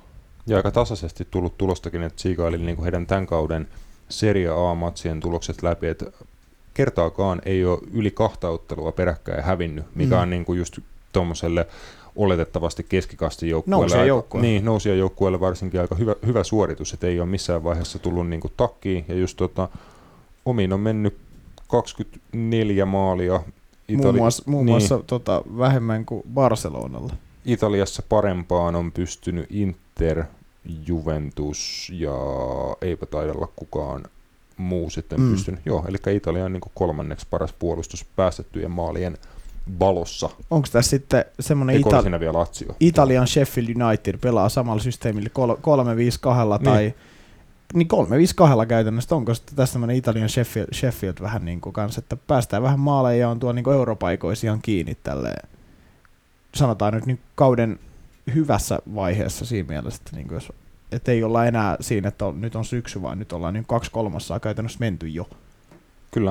Ja aika tasaisesti tullut tulostakin, että siikaili niinku heidän tämän kauden Serie A-matsien tulokset läpi, että kertaakaan ei ole yli kahta ottelua peräkkäin hävinnyt, mikä mm. on niinku just tuommoiselle oletettavasti keskikastin joukkueelle. Nousee joukkueelle. Niin, nousee joukkueelle varsinkin aika hyvä, hyvä suoritus, että ei ole missään vaiheessa tullut niinku takkiin, ja just tota, omiin on mennyt kaksikymmentäneljä maalia. Itali- muun muassa, muun niin, muassa tota, vähemmän kuin Barcelonalla. Italiassa parempaan on pystynyt Inter, Juventus ja eipä taida olla kukaan muu sitten mm. pystynyt. Joo, eli Italia on niin kuin kolmanneksi paras puolustus päästettyjen maalien valossa. Onko tässä sitten semmoinen Ita- vielä Lazio. Italian Sheffield United pelaa samalla systeemillä kolme viisi kaksi niin. tai niin kolme viisi kaksi käytännössä. Onko sitten tässä semmoinen Italian Sheffield, Sheffield vähän niin kuin kanssa, että päästään vähän maaleja ja on tuo niin kuin europaikoissa ihan kiinni tälleen. Sanotaan nyt niin kauden hyvässä vaiheessa siinä mielessä, että, niin jos, että ei olla enää siinä, että on, nyt on syksy, vaan nyt ollaan niin kaksi kolmassaa käytännössä menty jo. Kyllä.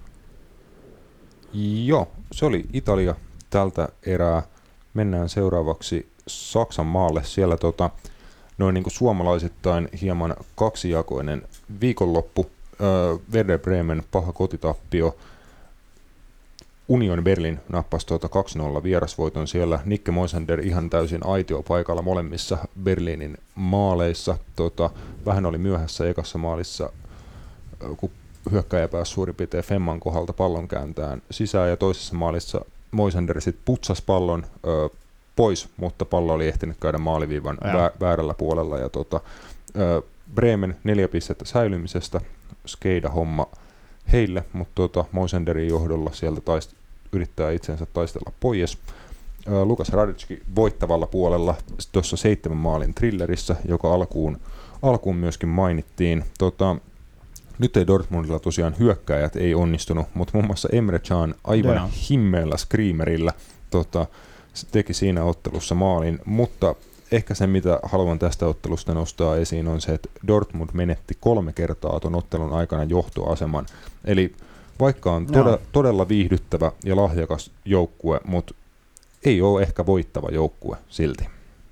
Joo, se oli Italia tältä erää. Mennään seuraavaksi Saksan maalle. Siellä tota, noin niin kuin suomalaisittain hieman kaksijakoinen viikonloppu. Öö, Werder Bremen paha kotitappio. Union Berlin nappasi tuota kaksi nolla vierasvoiton siellä. Nikke Moisander ihan täysin aitiopaikalla molemmissa Berliinin maaleissa. Tota, vähän oli myöhässä ekassa maalissa, kun hyökkäjä pääsi suurin piirtein Femman kohdalta pallon kääntään sisään, ja toisessa maalissa Moisander sitten putsasi pallon ö, pois, mutta pallo oli ehtinyt käydä maaliviivan vä- väärällä puolella. Ja tota, ö, Bremen neljä pistettä säilymisestä, skeida homma heille, mutta tuota, Moisanderin johdolla sieltä taist- yrittää itsensä taistella pois. Ää, Lukas Radetski voittavalla puolella tuossa seitsemän maalin thrillerissä, joka alkuun, alkuun myöskin mainittiin. Tota, nyt ei Dortmundilla tosiaan hyökkääjät ei onnistunut, mutta muun muassa Emre Can aivan yeah. himmeellä screamerillä tota, teki siinä ottelussa maalin, mutta ehkä se, mitä haluan tästä ottelusta nostaa esiin, on se, että Dortmund menetti kolme kertaa tuon ottelun aikana johtoaseman. Eli vaikka on todella, no. todella viihdyttävä ja lahjakas joukkue, mutta ei ole ehkä voittava joukkue silti.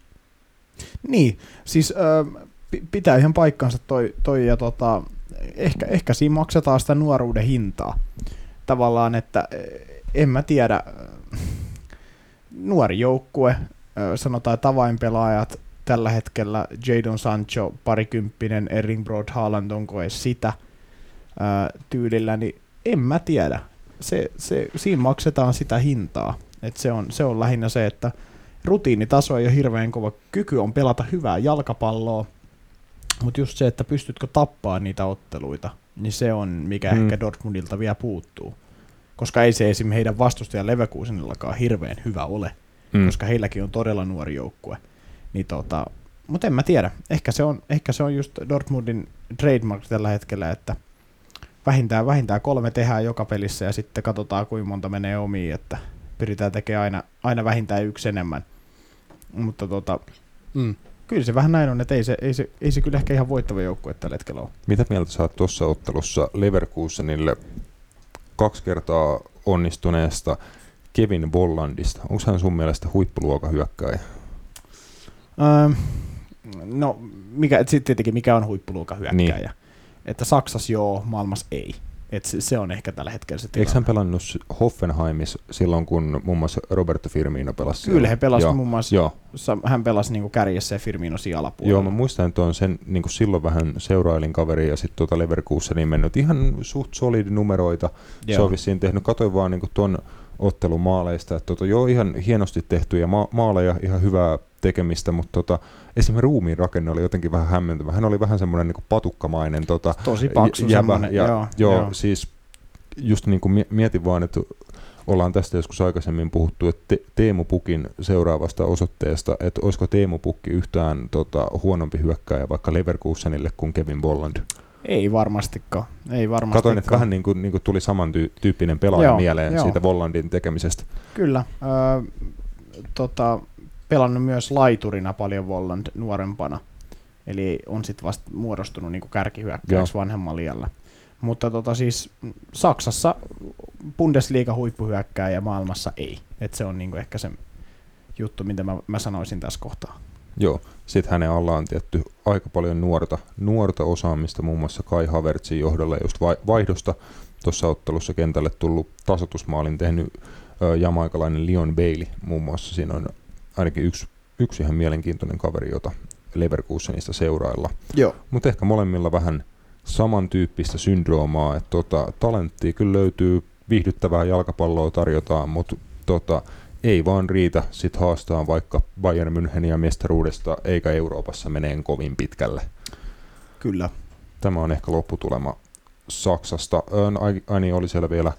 Niin, siis äh, pitää ihan paikkansa toi, toi ja tota, ehkä, ehkä siinä maksetaan sitä nuoruuden hintaa. Tavallaan, että en mä tiedä, nuori joukkue, sanotaan avainpelaajat tällä hetkellä, Jadon Sancho, parikymppinen, Erling Braut Haaland, onko edes sitä ää, tyylillä, niin en mä tiedä. Se, se, siinä maksetaan sitä hintaa. Et se, on, se on lähinnä se, että rutiinitaso ei ole hirveän kova. Kyky on pelata hyvää jalkapalloa, mutta just se, että pystytkö tappaa niitä otteluita, niin se on, mikä mm. ehkä Dortmundilta vielä puuttuu. Koska ei se esimerkiksi heidän vastustajan Leverkusenillakaan hirveän hyvä ole, mm. koska heilläkin on todella nuori joukkue. Niin tota, mutta en mä tiedä. Ehkä se, on, ehkä se on just Dortmundin trademark tällä hetkellä, että vähintään, vähintään kolme tehdään joka pelissä ja sitten katsotaan, kuinka monta menee omiin, että pyritään tekemään aina, aina vähintään yksi enemmän. Mutta tota, mm. kyllä se vähän näin on, että ei se, ei se, ei se kyllä ehkä ihan voittava joukkue tällä hetkellä ole. Mitä mieltä sä oot tuossa ottelussa Leverkusenille kaksi kertaa onnistuneesta Kevin Vollandista? Onko hän sun mielestä huippuluokan hyökkääjä? Öö, no, mikä, sitten tietenkin mikä on huippuluokan hyökkääjä? Niin. Että Saksassa joo, maailmassa ei. Et se, se on ehkä tällä hetkellä se tilanne. Eikö hän pelannut Hoffenheimissa silloin, kun muun muassa Roberto Firmino pelasi? Kyllä, he pelasivat muun muassa, joo. hän pelasi niinku kärjessä ja Firmino siinä alapuolella. Joo, mä muistan, että on sen niin kuin silloin vähän seurailin kaveri ja sitten tuota Leverkuseniin mennyt ihan suht solidi numeroita. Joo. Se on vissiin tehnyt, katoin vaan niin tuon ottelun maaleista, että tota, joo, ihan hienosti tehtyjä ma- maaleja, ihan hyvää tekemistä, mutta tota, esimerkiksi ruumiin rakenne oli jotenkin vähän hämmentävä. Hän oli vähän semmoinen niin kuin patukkamainen. Tota, Tosi paksu semmoinen, ja, joo, joo, joo. Siis just niin kuin mietin vaan, että ollaan tästä joskus aikaisemmin puhuttu, että te- Teemu Pukin seuraavasta osoitteesta, että olisiko Teemu Pukki yhtään tota, huonompi hyökkääjä vaikka Leverkusenille kuin Kevin Volland? Ei varmastikaan. Ei varmastikaan. Katoin, että vähän niin kuin, niin kuin tuli samantyyppinen pelaaja joo, mieleen joo. siitä Vollandin tekemisestä. Kyllä. Öö, tota, pelannut myös laiturina paljon Volland nuorempana. Eli on sitten vasta muodostunut niin kuin kärkihyökkäyksi vanhemmalla iällä. Mutta tota, siis Saksassa Bundesliga huippuhyökkääjä maailmassa ei. Et se on niin kuin ehkä se juttu, mitä mä, mä sanoisin tässä kohtaa. Joo, sitten hänen alla on tietty aika paljon nuorta, nuorta osaamista, muun muassa Kai Havertzin johdolla just vaihdosta. Tuossa ottelussa kentälle tullut tasoitusmaalin tehnyt ö, jamaikalainen Leon Bailey muun muassa. Siinä on ainakin yksi, yksi ihan mielenkiintoinen kaveri, jota Leverkusenista seurailla. Mutta ehkä molemmilla vähän samantyyppistä syndroomaa, että tota, talenttia kyllä löytyy, viihdyttävää jalkapalloa tarjotaan, mutta tota, ei vaan riitä sit haastaa vaikka Bayern Müncheniä mestaruudesta, eikä Euroopassa meneen kovin pitkälle. Kyllä. Tämä on ehkä lopputulema Saksasta. Aini oli siellä vielä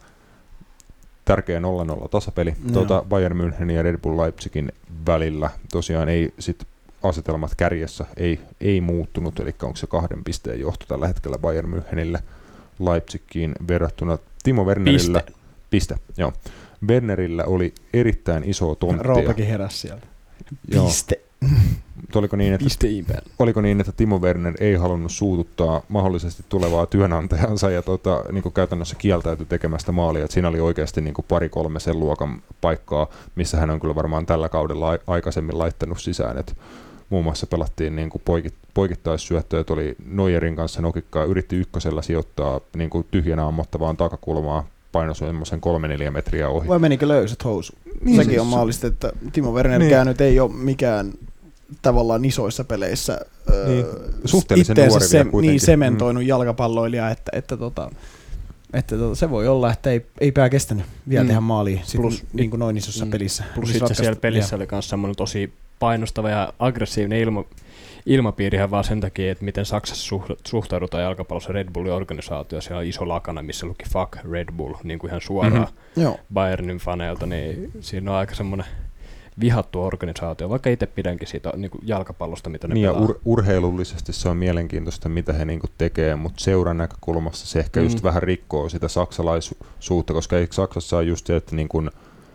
tärkeä nolla nolla tasapeli no. tuota, Bayern Münchenin ja Red Bull Leipzigin välillä. Tosiaan ei sit asetelmat kärjessä ei, ei muuttunut, eli onko se kahden pisteen johto tällä hetkellä Bayern Münchenille Leipzigiin verrattuna Timo Wernerillä. Piste. Piste, joo. Wernerillä oli erittäin iso tontti. Roopekin heräsi sieltä. Piste. Oliko niin, että, Piste oliko niin, että Timo Werner ei halunnut suututtaa mahdollisesti tulevaa työnantajansa ja tota, niin kuin käytännössä kieltäytyi tekemästä maalia. Että siinä oli oikeasti niin kuin pari-kolme sen luokan paikkaa, missä hän on kyllä varmaan tällä kaudella aikaisemmin laittanut sisään. Et muun muassa pelattiin niin kuin poikit, poikittaissyöttöjä, oli Neuerin kanssa nokikkaa, yritti ykkösellä sijoittaa niin kuin tyhjänä ammottavaan takakulmaa, painoi semmoisen kolme neljä metriä ohi. Vai menikö löysät housu? Niin, sekin siis on mahdollista, että Timo Wernerkään niin. nyt ei ole mikään tavallaan isoissa peleissä niin. Suhteellisen nuori se, niin sementoinut mm. jalkapalloilija, että, että, tota, että tota, se voi olla, että ei, ei pää kestänyt vielä mm. tehdä maalia plus, sit, niin kuin noin isossa mm. pelissä. Plus itse siellä pelissä ja. oli myös semmoinen tosi painostava ja aggressiivinen ilma, ilmapiirihän vaan sen takia, että miten Saksassa suhtaudutaan jalkapallossa Red Bullin organisaatio. Siellä on iso lakana, missä luki fuck Red Bull, niin kuin ihan suoraan mm-hmm. Bayernin faneilta, niin siinä on aika semmoinen vihattu organisaatio, vaikka itse pidänkin siitä niin kuin jalkapallosta, mitä ne niin pelaa. Ja ur- urheilullisesti se on mielenkiintoista, mitä he niin kuin tekee, mutta seuran näkökulmassa se ehkä mm. just vähän rikkoo sitä saksalaisuutta, koska eikö Saksassa ole just se, että niin kuin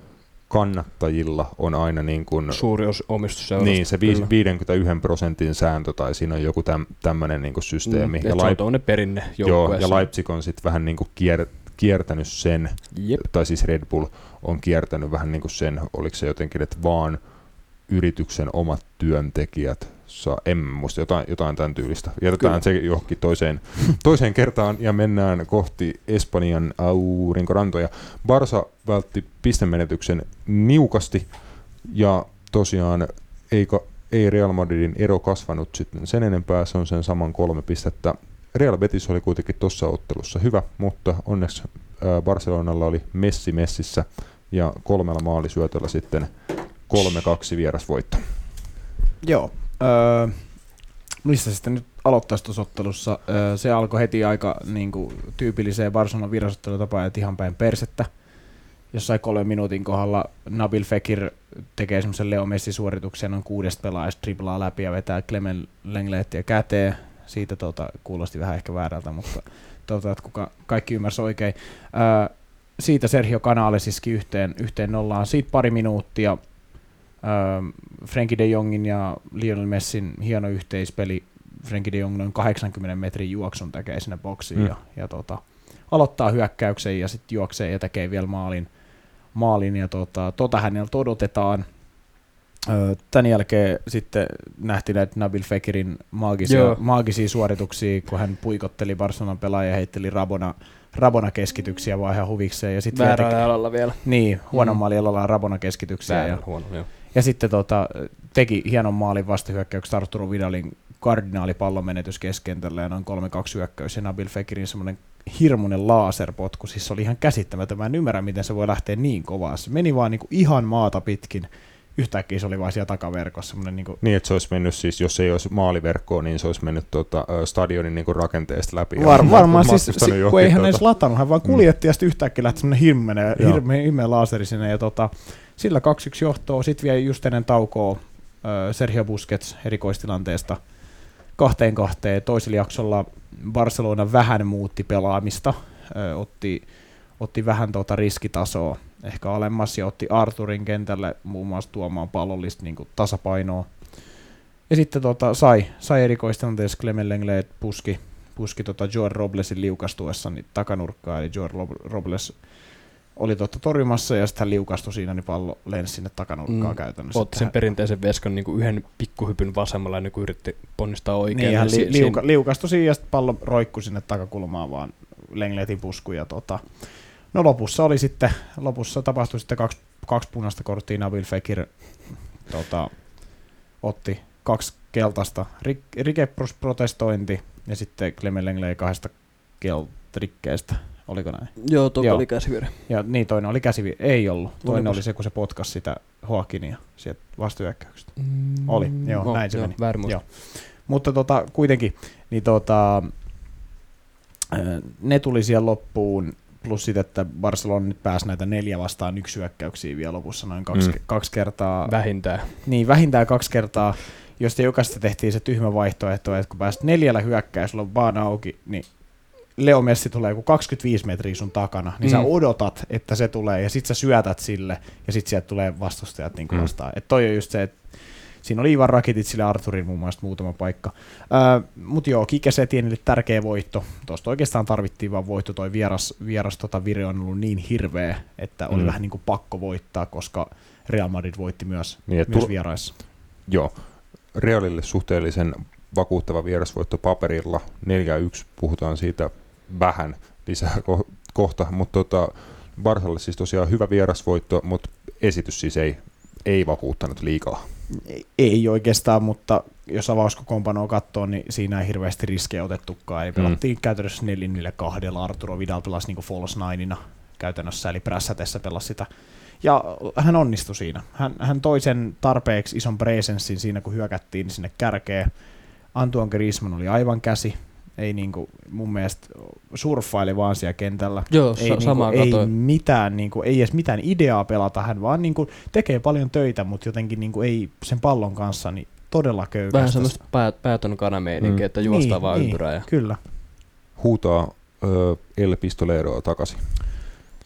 kannattajilla on aina niin kuin, suuri omistus seurasta. Niin, se viisikymmentäyksi prosentin sääntö tai siinä on joku täm, tämmöinen niin kuin systeemi. Mm, ja se on tuollainen perinne joukkueessa. Joo, ja Leipzig on sitten vähän niin kuin kier, kiertänyt sen, Jep. tai siis Red Bull on kiertänyt vähän niin kuin sen, oliko se jotenkin, että vaan yrityksen omat työntekijät saa, en muista, jotain, jotain tämän tyylistä. Jätetään Kyllä. se johonkin toiseen, toiseen kertaan ja mennään kohti Espanjan aurinkorantoja. Barsa vältti pistemenetyksen niukasti ja tosiaan ei, ei Real Madridin ero kasvanut sitten sen enempää, se on sen saman kolme pistettä. Real Betis oli kuitenkin tuossa ottelussa hyvä, mutta onneksi Barcelonalla oli Messi messissä ja kolmella maalisyötöllä sitten kolme kaksi vierasvoitto. Joo. Öö, missä sitten nyt aloittaisi tuossa ottelussa? Öö, se alkoi heti aika niin kuin, tyypilliseen Barcelonan virasottelutapaan, että ihan päin persettä. Jossain kolmen minuutin kohdalla Nabil Fekir tekee semmoisen Leo Messi-suorituksen, on kuudesta pelaajasta driblaa läpi ja vetää Clement Lenglettiä käteen. Siitä tuota, kuulosti vähän ehkä väärältä, mutta toivotaan, että kuka, kaikki ymmärsi oikein. Öö, siitä Sergio Canales iski yhteen, yhteen nollaan. Siitä pari minuuttia. Öö, Frenkie de Jongin ja Lionel Messin hieno yhteispeli. Frenkie de Jong noin kahdeksankymmenen metrin juoksun tekee sinne boksiin mm. ja, ja tota, aloittaa hyökkäyksen ja sitten juoksee ja tekee vielä maalin. maalin ja tota, tota häneltä odotetaan. Öö, Tän jälkeen sitten nähtiin näitä Nabil Fekirin maagisia, maagisia suorituksia, kun hän puikotteli Barcelonan pelaajia ja heitteli Rabona, Rabona keskityksiä vaan ihan huvikseen. Ja sitten väärällä teki, alalla vielä. Niin, huonon mm. maalin alalla Rabona keskityksiä. Väärä, ja, huono, joo. ja sitten tota, teki hienon maalin vastahyökkäyksessä Arturo Vidalin kardinaalipallon menetys keskentällä ja noin kolme kaksi hyökkäys ja Nabil Fekirin semmoinen hirmuinen laserpotku, siis se oli ihan käsittämätön. Mä en ymmärrä, miten se voi lähteä niin kovaa. Se meni vaan niinku ihan maata pitkin. Yhtäkkiä se oli vaan siellä takaverkossa. Niinku niin, että se olisi mennyt siis, jos ei olisi maaliverkkoa, niin se olisi mennyt tuota, stadionin niinku rakenteesta läpi. Var, varmaan siis, si, kun ei hän edes latannut, hän vaan kuljetti mm. ja sitten yhtäkkiä lähti semmoinen hirmeä, hirmeä, hirmeä laaseri sinne. Ja tota, sillä kaksi yksi johtoa. Sitten vielä just ennen taukoa äh, Sergio Busquets erikoistilanteesta kahteen kahteen. Toisella jaksolla Barcelona vähän muutti pelaamista, äh, otti, otti vähän tuota riskitasoa ehkä alemmas ja otti Arturin kentälle muun muassa tuomaan pallollista niin kuin tasapainoa. Ja sitten tota, sai, sai erikoistilanteessa Clement Lenglet puski, puski tota Joel Roblesin liukastuessa niin takanurkkaa, eli Joel Robles oli totta torjumassa ja sitten hän liukastui siinä, niin pallo lensi sinne takanurkkaan mm. käytännössä. Otti sen hän perinteisen veskan niin kuin yhden pikkuhypyn vasemmalla niin kuin yritti ponnistaa oikein. Niin, hän li- liuka- liukastui siinä ja sitten pallo roikkui sinne takakulmaan vaan Lengletin pusku. Ja tota, no lopussa oli sitten, lopussa tapahtui sitten kaksi, kaksi punaista korttia. Nabil Fekir tota, otti kaksi keltaista rik- rikeprotestointi ja sitten Clement Lenglet kahdesta keltrikkeestä. Oliko näin? Joo, toinen oli käsivirhe. Ja niin, toinen oli käsivirhe. Ei ollut. Toinen Oliko? oli se, kun se potkasi sitä Joaquinia sieltä vastahyökkäyksestä. Mm, oli, joo, oh, näin se joo, meni. Joo. Mutta tota, kuitenkin, niin tota, ne tuli siihen loppuun, plus sitten, että Barcelona nyt pääsi näitä neljä vastaan yksi hyökkäyksiä vielä lopussa noin kaksi, mm. kaksi kertaa. Vähintään. Niin, vähintään kaksi kertaa, josta jokaisesta tehtiin se tyhmä vaihtoehto, että kun pääsit neljällä hyökkäys, sulla on vaan auki, niin Leo Messi tulee joku kaksikymmentäviisi metriä sun takana, niin mm. sä odotat, että se tulee, ja sit sä syötät sille, ja sit sieltä tulee vastustajat niin mm. vastaan. Että toi on just se, että siinä oli Ivan Rakititsille Arturin muun muassa muutama paikka. Öö, Mutta joo, Kike Setienille tärkeä voitto. Tuosta oikeastaan tarvittiin vaan voitto, toi vieras, vieras tota Vire on ollut niin hirveä, että oli mm. vähän niin kuin pakko voittaa, koska Real Madrid voitti myös, niin, myös tu- vieraissa. Joo, Realille suhteellisen vakuuttava vierasvoitto paperilla, neljä yksi, puhutaan siitä vähän lisää ko- kohta, mutta tota, Barsalle siis tosiaan hyvä vierasvoitto, mutta esitys siis ei, ei vakuuttanut liikaa. Ei, ei oikeastaan, mutta jos avauskokoonpanoa katsoo, niin siinä ei hirveästi riskejä otettukaan. Eli pelattiin mm. käytännössä neljä kahdella, Arturo Vidal pelasi niin kuin false nineina käytännössä, eli prässätessä pelasi sitä. Ja hän onnistui siinä. Hän, hän toi sen tarpeeksi ison presenssin siinä, kun hyökättiin sinne kärkeen. Antoine Griezmann oli aivan käsi. Ei niinku, mun mielestä surffaili vaan siellä kentällä. Joo, ei, sa- niinku, ei, mitään, niinku, ei edes mitään ideaa pelata. Hän vaan niinku, tekee paljon töitä, mutta jotenkin niinku, ei sen pallon kanssa niin todella köykästä. Vähän semmoista päät, päätön kanameininkiä, mm. että juostaa niin, vaan niin, ympyrää. Ja kyllä. Huutaa ö, El Pistoleroa takaisin.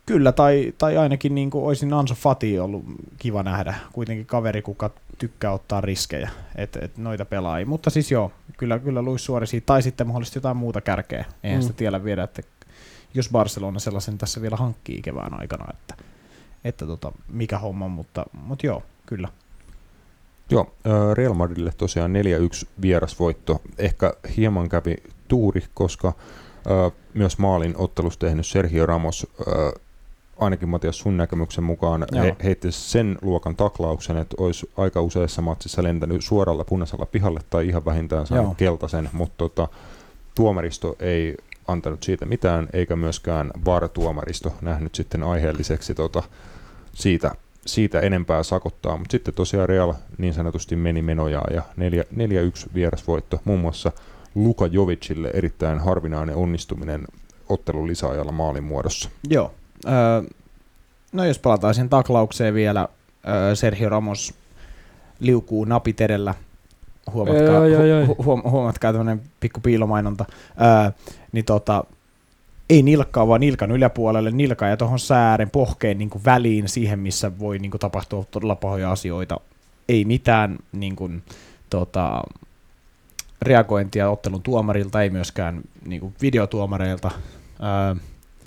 Kyllä, tai, tai ainakin niin kuin olisin Ansu Fati ollut kiva nähdä. Kuitenkin kaveri, kuka tykkää ottaa riskejä, että et noita pelaajia. Mutta siis joo, kyllä, kyllä Luis Suarezia, tai sitten mahdollisesti jotain muuta kärkeä. Eihän mm. sitä tiedä viedä, että jos Barcelona sellaisen tässä vielä hankkii kevään aikana, että, että tota, mikä homma, mutta, mutta joo, kyllä. Joo, Real Madridille tosiaan neljä yksi vierasvoitto. Ehkä hieman kävi tuuri, koska äh, myös maalin ottelussa tehnyt Sergio Ramos, äh, ainakin Matias sun näkemyksen mukaan, he, heitti sen luokan taklauksen, että olisi aika useassa matsissa lentänyt suoralla punaisella pihalle tai ihan vähintään saanut Joo. keltaisen, mutta tota, tuomaristo ei antanut siitä mitään, eikä myöskään V A R-tuomaristo nähnyt sitten aiheelliseksi tota, siitä, siitä enempää sakottaa, mutta sitten tosiaan Real niin sanotusti meni menojaan ja neljä yksi vierasvoitto, muun muassa Luka Jovicille erittäin harvinainen onnistuminen ottelun lisäajalla maalin muodossa. Joo, öö, no jos palataan sen taklaukseen vielä, öö, Sergio Ramos liukuu napit edellä, huomatkaa, ei, ei, ei. Hu- hu- huomatkaa tämmöinen pikku piilomainonta, öö, niin tota, ei nilkkaa, vaan nilkan yläpuolelle, nilka ja tuohon säären pohkeen niin kuin väliin siihen, missä voi niin kuin tapahtua todella pahoja asioita. Ei mitään niin kuin, tota, reagointia ottelun tuomarilta, ei myöskään niin kuin videotuomareilta. Öö,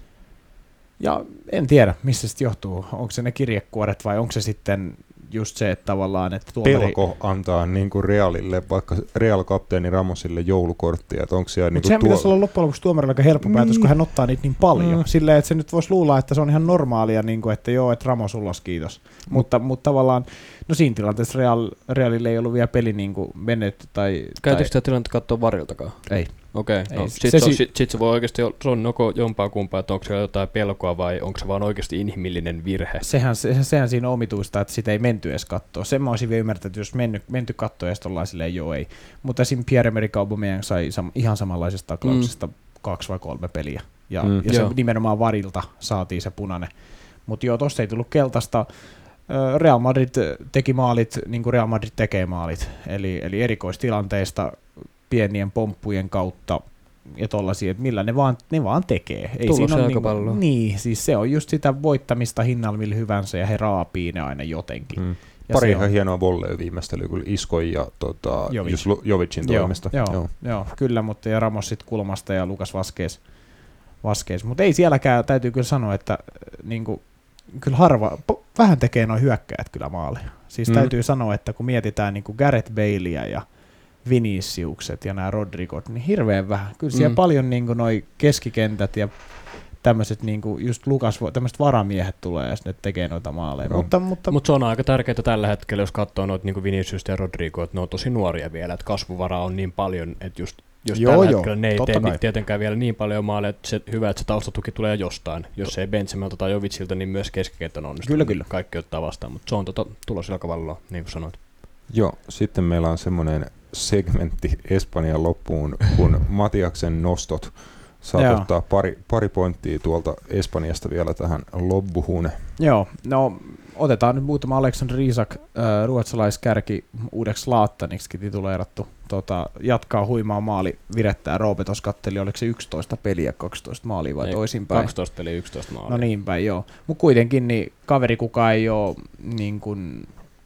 ja en tiedä, missä se johtuu. Onko se ne kirjekuoret vai onko se sitten just se, että tavallaan, että tuomari... Pelko antaa niin kuin Realille, vaikka Real-kapteeni Ramosille joulukorttia, että onko siellä... Mutta niin sehän tuo... pitäisi olla loppujen lopuksi tuomarilla aika helppo päätös, mm. kun hän ottaa niitä niin paljon. Mm. Silleen, että se nyt voisi luulla, että se on ihan normaalia, niin kuin, että joo, että Ramos ulos, kiitos. Mm. Mutta, mutta tavallaan, no siinä tilanteessa Real, Realille ei ollut vielä peli niin kuin mennyt tai... Käytikö tai... sitä tilannetta katsoa variltakaan? Ei. Okei, okay, no sitten se, se, sit, sit se voi oikeasti, se on joko jompaa kumpaa, että onko siellä jotain pelkoa vai onko se vaan oikeasti inhimillinen virhe? Sehän, se, sehän siinä on omituista, että sitä ei menty edes katsoa. Sen mä olisin vielä ymmärtänyt, että jos menty, menty katsoa ja sitten ollaan silleen, joo ei. Mutta esim. Pierre-Emerick Aubameyang sai sam, ihan samanlaisesta taklauksesta mm. kaksi vai kolme peliä. Ja, mm, ja se nimenomaan varilta saatiin se punainen. Mutta joo, tossa ei tullut keltaista. Real Madrid teki maalit, niin kuin Real Madrid tekee maalit. Eli, eli erikoistilanteista pienien pomppujen kautta ja tollaisia, että millä ne vaan, ne vaan tekee. Ei siinä on niin, niin, siis se on just sitä voittamista hinnalla millä hyvänsä ja he raapii ne aina jotenkin. Mm. Pari ihan on... hienoa volleja viimeistelyä, kyllä Iskoi ja tota, Jovic. Jovicin toimesta. Joo, joo, joo, kyllä, mutta ja Ramos sitten kulmasta ja Lukas Vasquez. Vasquez. Mutta ei sielläkään, täytyy kyllä sanoa, että niin kuin, kyllä harva, po, vähän tekee noin hyökkäät kyllä maaleja. Siis mm. täytyy sanoa, että kun mietitään niin kuin Gareth Balea ja Viniciukset ja nämä Rodrigot, niin hirveän vähän. Kyllä siellä mm. paljon niin kuin noi keskikentät ja tämmöiset niin kuin just Lukas, tämmöiset varamiehet tulee ja sitten tekee noita maaleja. No. Mutta, mutta... Mut se on aika tärkeää tällä hetkellä, jos katsoo noita niin kuin Vinicius ja Rodrigo, että ne on tosi nuoria vielä, että kasvuvara on niin paljon, että just jos joo, tällä joo, hetkellä ne ei tee kai. Tietenkään vielä niin paljon maaleja, että se, hyvä, että se taustatuki tulee jostain. Jos ei Benzemalta tai Jovicilta, niin myös keskikentän onnistuu. Kyllä, kyllä. Kaikki ottaa vastaan, mutta se on tota, tulos jalkapalloa, niin kuin sanoit. Joo, sitten meillä on semmoinen segmentti Espanjan loppuun, kun Matiaksen nostot saa ottaa pari, pari pointtia tuolta Espanjasta vielä tähän lobbuun. Joo, no otetaan nyt muutama Alexander Isak, äh, ruotsalaiskärki uudeksi Laattaniksi tituleerattu. Tota, jatkaa huimaa maali, virettää. Roope tuossa katteli, oliko se yksitoista peliä, kaksitoista maalia vai ei, toisinpäin? kaksitoista peliä, yksitoista maalia. No niin päin, joo. Mutta kuitenkin niin kaveri, kuka ei ole niin kuin,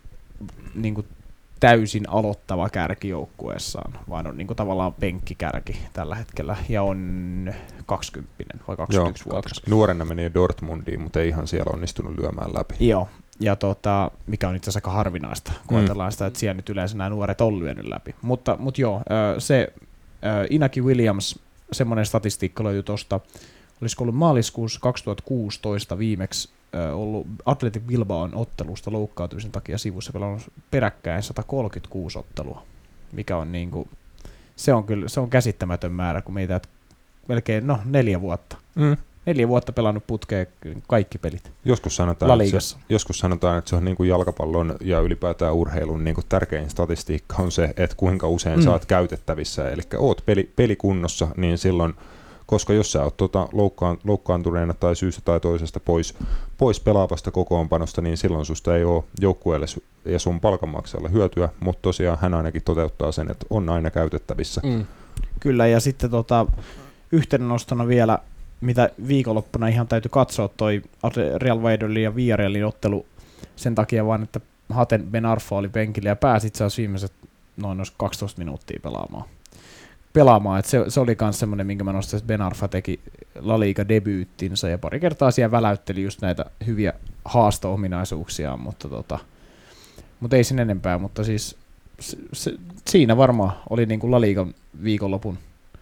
niin kuin täysin aloittava kärki joukkueessaan, vaan on niin kuin tavallaan penkkikärki tällä hetkellä ja on kaksikymppinen vai kaksikymmentäyksi-vuotias. Nuorena meni Dortmundiin, mutta ei ihan siellä onnistunut lyömään läpi. Joo, ja tota, mikä on itse asiassa aika harvinaista, kun mm. ajatellaan sitä, että siellä nyt yleensä nämä nuoret on lyönyt läpi. Mutta, mutta joo, se Inaki Williams, semmoinen statistiikka löytyi tuosta, olisiko ollut maaliskuussa kaksituhattakuusitoista viimeksi ollut Athletic Bilbaon ottelusta loukkaantumisen takia sivussa pelannut peräkkäin sata kolmekymmentäkuusi ottelua, mikä on niinku, se on kyllä, se on käsittämätön määrä, kun meitä melkein, no neljä vuotta. Mm. Neljä vuotta pelannut putkeen kaikki pelit. Joskus sanotaan, että se, joskus sanotaan, että se on niin kuin jalkapallon ja ylipäätään urheilun niin kuin tärkein statistiikka on se, että kuinka usein mm. sä oot käytettävissä. Eli oot peli, pelikunnossa, niin silloin, koska jos sä oot tota loukkaan, loukkaantuneena tai syystä tai toisesta pois, pois pelaavasta kokoonpanosta, niin silloin susta ei ole joukkueelle ja sun palkanmaksajalle hyötyä, mutta tosiaan hän ainakin toteuttaa sen, että on aina käytettävissä. Mm. Kyllä, ja sitten tota, yhtenä nostona vielä mitä viikonloppuna ihan täytyy katsoa toi Real Valladolidin ja Villarrealin ottelu sen takia vaan, että Haten Ben Arfa oli penkillä ja pääsi itse asiassa viimeiset noin kaksitoista minuuttia pelaamaan. pelaamaan. Et se, se oli myös semmoinen, minkä mä nostin, että Ben Arfa teki La Liga-debyyttinsä ja pari kertaa siellä väläytteli just näitä hyviä haasto-ominaisuuksiaan, mutta, tota, mutta ei sen enempää, mutta siis se, se, siinä varmaan oli niin kuin La Ligan viikonlopun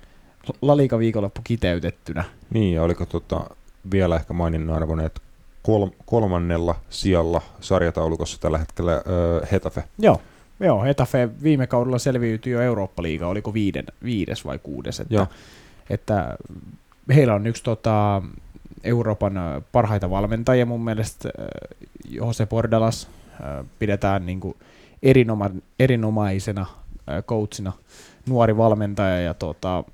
La Liga viikonloppu kiteytettynä. Niin, ja oliko tota, vielä ehkä maininnan arvoinen, että kol- kolmannella sijalla sarjataulukossa tällä hetkellä öö, Hetafe. Joo, joo, Hetafe viime kaudella selviytyi jo Eurooppa-liiga, oliko viiden, viides vai kuudes, että, että heillä on yksi tota, Euroopan parhaita valmentajia mun mielestä, Jose Bordalas, pidetään niin kuin erinoma, erinomaisena coachina, nuori valmentaja, ja tota,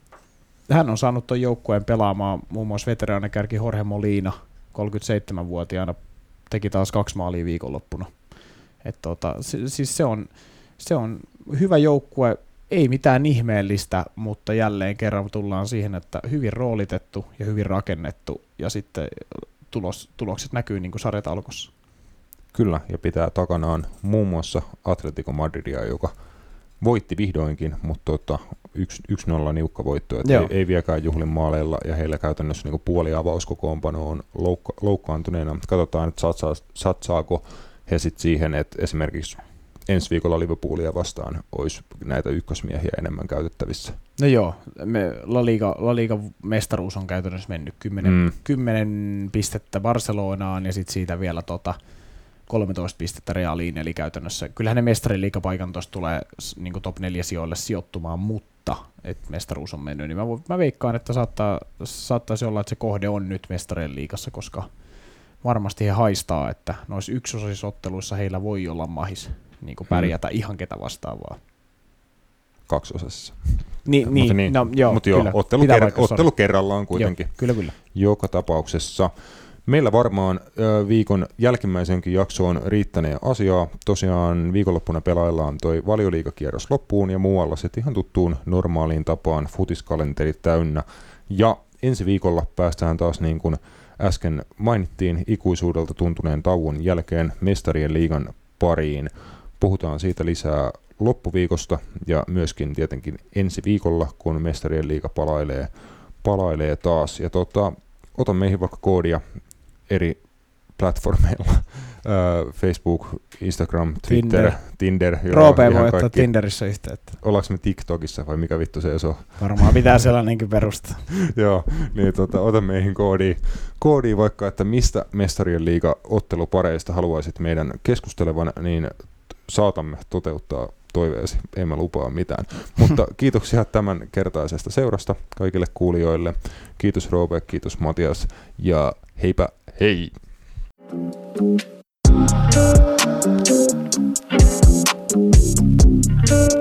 hän on saanut tuon joukkueen pelaamaan muun muassa veteraanikärki Jorge Molina, kolmekymmentäseitsemänvuotiaana, teki taas kaksi maalia viikonloppuna. Et tota, se, siis se on, se on hyvä joukkue, ei mitään ihmeellistä, mutta jälleen kerran tullaan siihen, että hyvin roolitettu ja hyvin rakennettu, ja sitten tulos, tulokset näkyy niin kuin sarjataulukossa. Kyllä, ja pitää takanaan muun muassa Atletico Madridia, joka voitti vihdoinkin, mutta tota, yksi nolla niukka voitto, että ei, ei vieläkään juhlin maaleilla, ja heillä käytännössä niin puoli avauskokoonpano on loukka, loukkaantuneena. Katsotaan, että satsaa, satsaako he sitten siihen, että esimerkiksi ensi viikolla Liverpoolia vastaan olisi näitä ykkösmiehiä enemmän käytettävissä. No joo, me La Liga, La Liga mestaruus on käytännössä mennyt kymmenen, mm. kymmenen pistettä Barcelonaan, ja sitten siitä vielä tota kolmetoista pistettä Realiin, eli käytännössä kyllähän ne mestarin liigapaikan tuosta tulee niin kuin top neljä sijoille sijoittumaan, mutta että mestaruus on mennyt, niin mä, mä veikkaan, että saattaa, saattaisi olla, että se kohde on nyt mestarien liigassa, koska varmasti he haistaa, että noissa yksiosaisissa otteluissa heillä voi olla mahis niin kuin pärjätä hmm. ihan ketä vastaavaa. Kaksiosassa. Niin, niin, niin. No, joo, Mutta joo, kyllä. ottelu, ker- ottelu kerrallaan kuitenkin. Joo, kyllä, kyllä. Joka tapauksessa. Meillä varmaan ö, viikon jälkimmäisenkin jaksoon riittäneen asiaa. Tosiaan viikonloppuna pelaillaan toi Valioliigakierros loppuun ja muualla sitten ihan tuttuun normaaliin tapaan futiskalenteri täynnä. Ja ensi viikolla päästään taas niin kuin äsken mainittiin ikuisuudelta tuntuneen tauon jälkeen Mestarien liigan pariin. Puhutaan siitä lisää loppuviikosta ja myöskin tietenkin ensi viikolla, kun Mestarien liiga palailee, palailee taas. Ja tota, ota meihin vaikka koodia eri platformeilla. Uh, Facebook, Instagram, Twitter, Tinder. Tinder Roope voi ottaa Tinderissä yhteyttä. Ollaanko me TikTokissa vai mikä vittu se on? Varmaan pitää sellainenkin perustaa. Joo, niin tota, ota meihin koodia. Koodia vaikka, että mistä Mestarien liiga ottelupareista haluaisit meidän keskustelevan, niin saatamme toteuttaa toiveesi, emme lupaa mitään. Mutta kiitoksia tämän kertaisesta seurasta kaikille kuulijoille. Kiitos Roope, kiitos Matias ja heipä hei! Thank you.